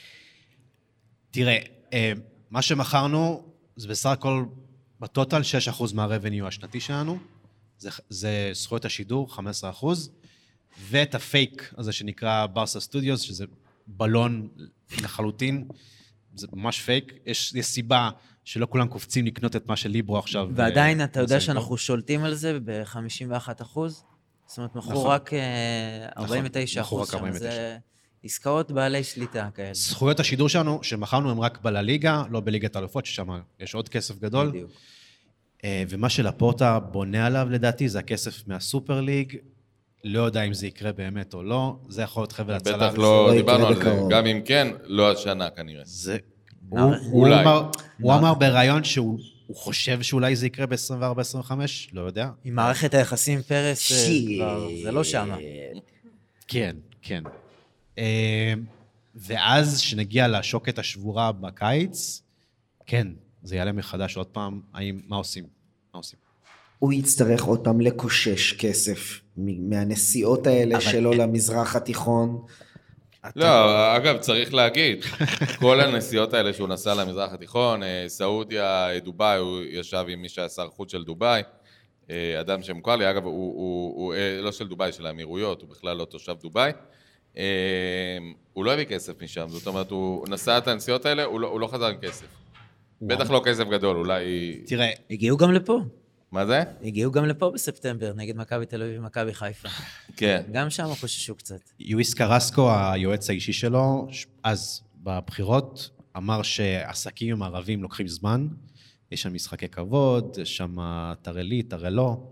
תראה, אה, מה שמכרנו זה בסך הכל בטוטל שש אחוז מהרבניו השנתי שלנו, זה, זה זכויות השידור, חמישה עשר אחוז, ואת הפייק הזה שנקרא ברסה סטודיוס, שזה בלון לחלוטין, זה ממש פייק. יש, יש סיבה שלא כולם קופצים לקנות את מה שליברו עכשיו. ועדיין אתה יודע נמצאים פה. שאנחנו שולטים על זה ב-חמישים ואחת אחוז? זאת אומרת, מכרו נכון. רק אה, ארבעים ותשע מכרו אחוז רק שם, ארבעים ותשע. זה עסקאות בעלי שליטה כאלה. זכויות השידור שלנו, שמכרנו הם רק בלליגה, לא בליגת האלופות, ששם יש עוד כסף גדול. בדיוק. אה, ומה שלפורטה בונה עליו, לדעתי, זה הכסף מהסופר ליג. לא יודע אם זה יקרה באמת או לא, זה יכול להיות חבל הצלה. בטח וזה- לא לא דיברנו יקרה על זה, בקרוב. גם אם כן, לא השנה כנראה. זה... מה- הוא, הוא, אולי. אמר, הוא אמר בראיון שהוא הוא חושב שאולי זה יקרה ב-עשרים וארבע עשרים וחמש, לא יודע. עם מערכת היחסים עם פרס, אה, כבר- זה לא שמה. כן, כן. אה, ואז, שנגיע לשוקת השבורה בקיץ, כן, זה יעלה מחדש עוד פעם, האם, מה עושים? מה עושים? הוא יצטרך עוד פעם לקושש כסף מ- מהנסיעות האלה אבל- שלו למזרח התיכון. לא, אגב, צריך להגיד, כל הנסיעות האלה שהוא נסע למזרח התיכון, אה, סעודיה, אה, דובאי, הוא ישב עם מי שהיה שר חוץ של דובאי, אה, אדם שמוכר לי, אגב, הוא, הוא, הוא אה, לא של דובאי, של האמירויות, הוא בכלל לא תושב דובאי. אה, הוא לא הביא כסף משם, זאת אומרת, הוא נסע את הנסיעות האלה, הוא לא, הוא לא חזר עם כסף. בטח לא כסף גדול, אולי... תראה, הגיעו גם לפה. מה זה? הגיעו גם לפה בספטמבר, נגד מכבי תל אביב ומכבי חיפה. כן. גם שם חוששו קצת. יואיס קרסקו, היועץ האישי שלו, ש- אז בבחירות, אמר שעסקים עם ערבים לוקחים זמן, יש שם משחקי כבוד, יש שם תרלי, תרלו.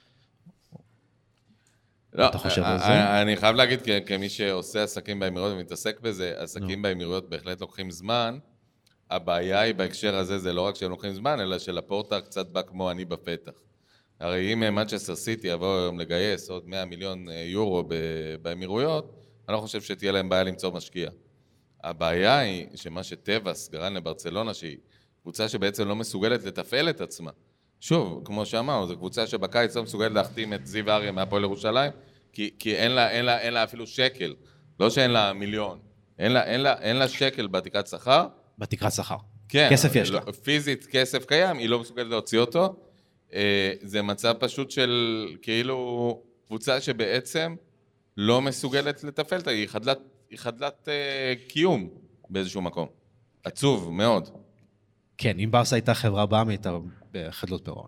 לא, אתה חושב על זה? אני, אני חייב להגיד, כ- כמי שעושה עסקים באמירויות ומתעסק בזה, עסקים באמירויות בהחלט לוקחים זמן. הבעיה היא בהקשר הזה, זה לא רק שהם לוקחים זמן, אלא שלפורטה קצת בא כמו אני בפתח. הרי אם מנצ'סטר סיטי יבואו היום לגייס עוד מאה מיליון יורו ב- באמירויות, אני לא חושב שתהיה להם בעיה למצוא משקיע. הבעיה היא שמה שטבעס גרם לברצלונה, שהיא קבוצה שבעצם לא מסוגלת לתפעל את עצמה. שוב, כמו שאמרנו, זו קבוצה שבקיץ לא מסוגלת להחתים את זיו אריה מהפועל ירושלים, כי, כי אין לה, אין לה, אין לה אפילו שקל, לא שאין לה מיליון, אין לה, אין לה, אין לה שקל בתקרת שכר. בתקרת שכר. כן, כסף יש לא, לה. פיזית כסף קיים, היא לא מסוגלת להוציא אותו. אה, זה מצב פשוט של כאילו קבוצה שבעצם לא מסוגלת לתפעל אותה, היא חדלת, היא חדלת אה, קיום באיזשהו מקום. עצוב מאוד. כן, אם ברסה הייתה חברה באה, הייתה בחדלות פירעון.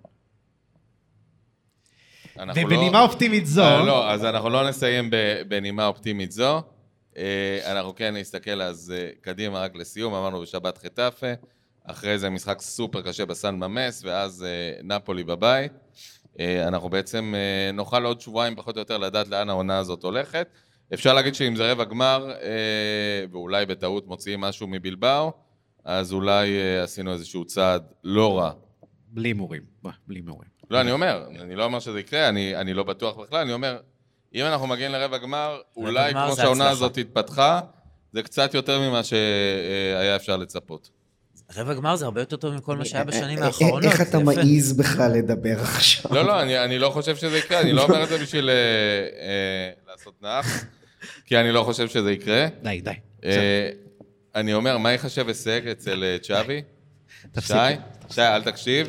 אנחנו ובנימה לא- אופטימית זו, אה, לא, אז אנחנו לא נסיים ב- בנימה אופטימית זו. אנחנו כן נסתכל אז קדימה רק לסיום, אמרנו בשבת חטאפה, אחרי זה משחק סופר קשה בסן ממס, ואז נפולי בבית. אנחנו בעצם נוכל עוד שבועיים פחות או יותר לדעת לאן העונה הזאת הולכת. אפשר להגיד שאם זה רבע גמר, ואולי בטעות מוציאים משהו מבלבאו, אז אולי עשינו איזשהו צעד לא רע. בלי מורים, בלי מורים. לא, אני אומר, אני לא אומר שזה יקרה, אני, אני לא בטוח בכלל, אני אומר, אם אנחנו מגיעים לרבע גמר, אולי כמו שהעונה הזאת התפתחה, זה קצת יותר ממה שהיה אפשר לצפות. רבע גמר זה הרבה יותר טוב מכל מה שהיה בשנים האחרונות. איך אתה מעיז בכלל לדבר עכשיו? לא, לא, אני, אני לא חושב שזה יקרה, אני לא אומר את זה בשביל אה, אה, לעשות נח, כי אני לא חושב שזה יקרה. די, די. אה, אני אומר, מה יחשב הישג אצל צ'אבי? שי? שי, אל תקשיב.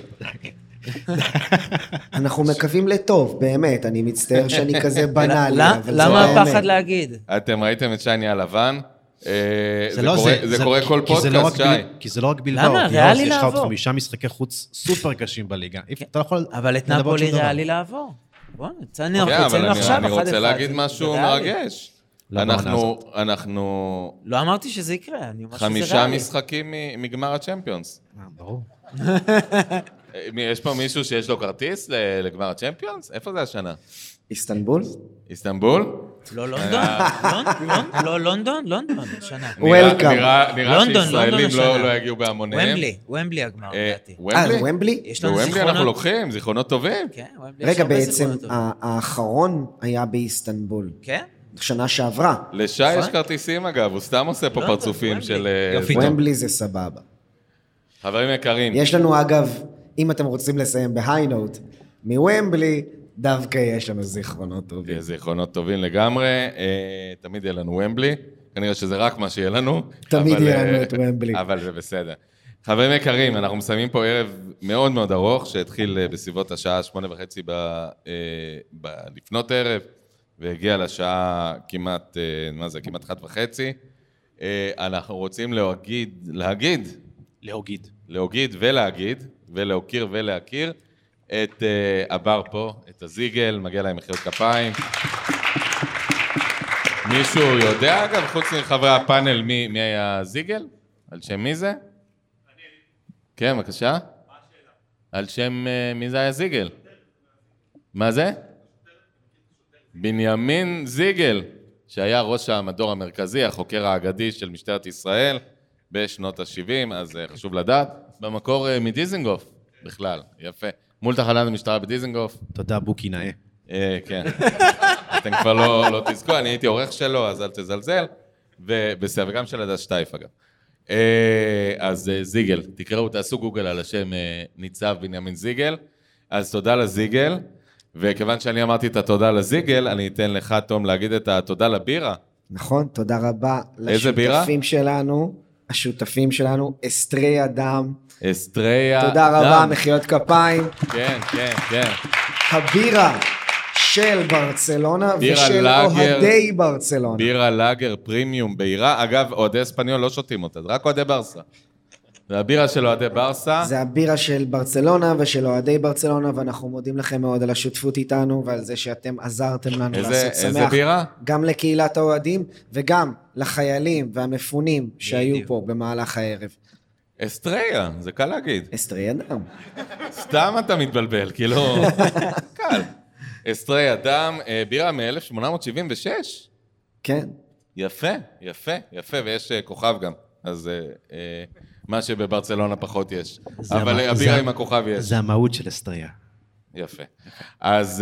אנחנו מקווים לטוב, באמת, אני מצטער שאני כזה בנאלי, אבל זה למה באמת. הפחד להגיד? אתם ראיתם את שי נהיה לבן? זה קורה כל פודקאסט, שי. כי זה לא רק בלבאו. למה? ריאלי יש לך עוד לעבור. חמישה משחקי חוץ סופר קשים בליגה. אתה יכול... אבל את נפולי ריאלי לעבור. בוא, יצאנו אבל עכשיו אני אחד רוצה אחד. להגיד משהו מרגש. אנחנו, אנחנו... לא אמרתי שזה יקרה, אני אומר שזה ריאלי. חמישה משחקים מגמר הצ'מפיונס. ברור. יש פה מישהו שיש לו כרטיס לגמר הצ'מפיונס? איפה זה השנה? איסטנבול? איסטנבול? לא לונדון? לא לונדון? לונדון, השנה. וולקאם. נראה שישראלים לא יגיעו בהמוניהם. ומבלי, ומבלי הגמר, לדעתי. אה, ומבלי? ומבלי אנחנו לוקחים, זיכרונות טובים. רגע, בעצם האחרון היה באיסטנבול. כן? שנה שעברה. לשי יש כרטיסים אגב, הוא סתם עושה פה פרצופים של... ומבלי זה סבבה. חברים יקרים. יש לנו אגב, אם אתם רוצים לסיים בהיינוט, מוומבלי, דווקא יש לנו זיכרונות טובים. זיכרונות טובים לגמרי, תמיד יהיה לנו ומבלי, כנראה שזה רק מה שיהיה לנו. תמיד יהיה לנו את ומבלי. אבל זה בסדר. חברים יקרים, אנחנו מסיימים פה ערב מאוד מאוד ארוך, שהתחיל בסביבות השעה שמונה וחצי לפנות ערב, והגיע לשעה כמעט, מה זה, כמעט אחת וחצי. אנחנו רוצים להגיד, להגיד, להוגיד. להוגיד ולהגיד, ולהוקיר ולהכיר את uh, הבר פה, את הזיגל, מגיע להם מחיאות כפיים. מישהו יודע, אגב, חוץ מחברי הפאנל, מי, מי היה זיגל? על שם מי זה? כן, בבקשה. מה השאלה? על שם uh, מי זה היה זיגל? מה זה? בנימין זיגל, שהיה ראש המדור המרכזי, החוקר האגדי של משטרת ישראל, בשנות ה-שבעים, אז חשוב לדעת. במקור מדיזנגוף, בכלל, יפה. מול תחנת המשטרה בדיזנגוף. תודה, בוקי נאה. כן. אתם כבר לא תזכו, אני הייתי עורך שלו, אז אל תזלזל. ובסדר, וגם של הדס שטייף, אגב. אז זיגל, תקראו, תעשו גוגל על השם ניצב בנימין זיגל. אז תודה לזיגל, וכיוון שאני אמרתי את התודה לזיגל, אני אתן לך, תום, להגיד את התודה לבירה. נכון, תודה רבה. איזה בירה? לשותפים שלנו, השותפים שלנו, אסטרי אדם. אסטרי אדם. תודה רבה, מחיאות כפיים. כן, כן, כן. הבירה של ברצלונה ושל אוהדי ברצלונה. בירה לאגר פרימיום בירה. אגב, אוהדי אספניול לא שותים אותה, זה רק אוהדי ברסה. זה הבירה של אוהדי ברסה. זה הבירה של ברצלונה ושל אוהדי ברצלונה, ואנחנו מודים לכם מאוד על השותפות איתנו, ועל זה שאתם עזרתם לנו איזה, לעשות שמח. איזה בירה? גם לקהילת האוהדים, וגם לחיילים והמפונים שהיו פה במהלך הערב. אסטריה, זה קל להגיד. אסטרי אדם. סתם אתה מתבלבל, כאילו, קל. אסטרי אדם, בירה מ-אלף שמונה מאות שבעים ושש. כן. יפה, יפה, יפה, ויש כוכב גם. אז מה שבברצלונה פחות יש. אבל הבירה עם הכוכב יש. זה המהות של אסטריה. יפה. אז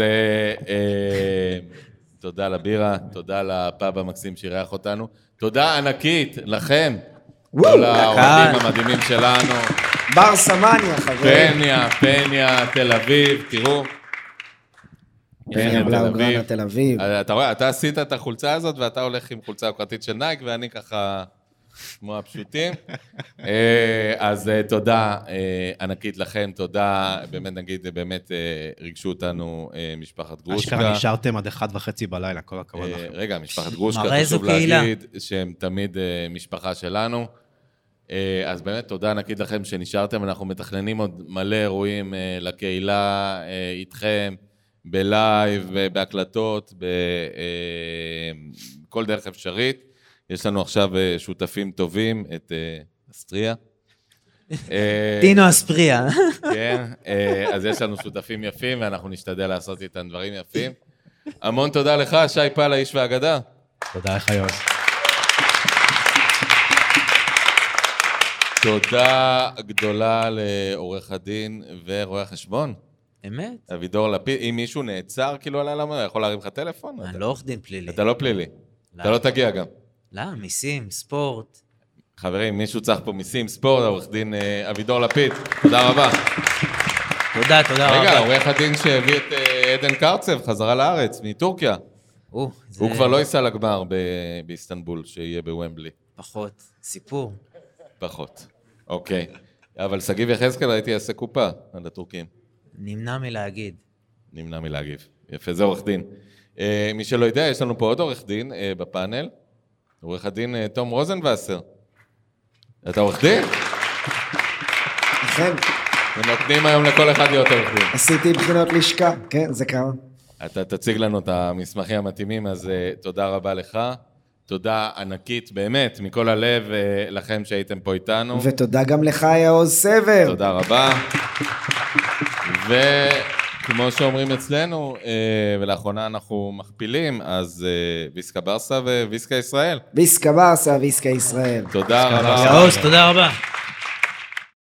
תודה לבירה, תודה לפאב המקסים שירח אותנו. תודה ענקית לכם. כל האוהדים המדהימים שלנו. ברסה מניה, חברים. פניה, פניה, תל אביב, תראו. פניה בלאוגרנה, תל אביב. אתה רואה, אתה עשית את החולצה הזאת, ואתה הולך עם חולצה יוקרתית של נייק, ואני ככה כמו הפשוטים. אז תודה ענקית לכם, תודה, באמת נגיד, באמת ריגשו אותנו משפחת גרושקה. אשכרה נשארתם עד אחד וחצי בלילה, כל הכבוד לכם. רגע, משפחת גרושקה, חשוב להגיד שהם תמיד משפחה שלנו. אז באמת תודה ענקית לכם שנשארתם, אנחנו מתכננים עוד מלא אירועים לקהילה איתכם, בלייב, בהקלטות, בכל דרך אפשרית. יש לנו עכשיו אה, שותפים טובים, את אה, אסטריה. אה, טינו אספריה. כן, אה, אז יש לנו שותפים יפים, ואנחנו נשתדל לעשות איתם דברים יפים. המון תודה לך, שי פל, האיש והאגדה. תודה לך, יוז. תודה גדולה לעורך הדין ורואה החשבון. אמת? אבידור לפיד, אם מישהו נעצר כאילו על הלמה, יכול להרים לך טלפון? אני לא עורך דין פלילי. אתה לא פלילי. אתה לא תגיע גם. לא, מיסים, ספורט. חברים, מישהו צריך פה מיסים, ספורט, עורך דין אבידור לפיד. תודה רבה. תודה, תודה רבה. רגע, עורך הדין שהביא את עדן קרצב חזרה לארץ, מטורקיה. הוא כבר לא ייסע לגמר באיסטנבול, שיהיה בוומבלי. פחות. סיפור. פחות. אוקיי. אבל סגיב יחזקאל הייתי יעשה קופה על הטורקים. נמנע מלהגיד. נמנע מלהגיב. יפה, זה עורך דין. אה, מי שלא יודע, יש לנו פה עוד עורך דין אה, בפאנל. עורך הדין אה, תום רוזנווסר. אתה עורך דין? אכן. ונותנים היום לכל אחד להיות עורך דין. עשיתי בחינות לשכה, כן, זה קרה. אתה תציג לנו את המסמכים המתאימים, אז אה, תודה רבה לך. תודה ענקית, באמת, מכל הלב אה, לכם שהייתם פה איתנו. ותודה גם לך, יעוז סבר. תודה רבה. וכמו שאומרים אצלנו, ולאחרונה אנחנו מכפילים, אז ויסקה ברסה וויסקה ישראל. ויסקה ברסה, ויסקה ישראל. תודה רבה. יעוז, תודה רבה.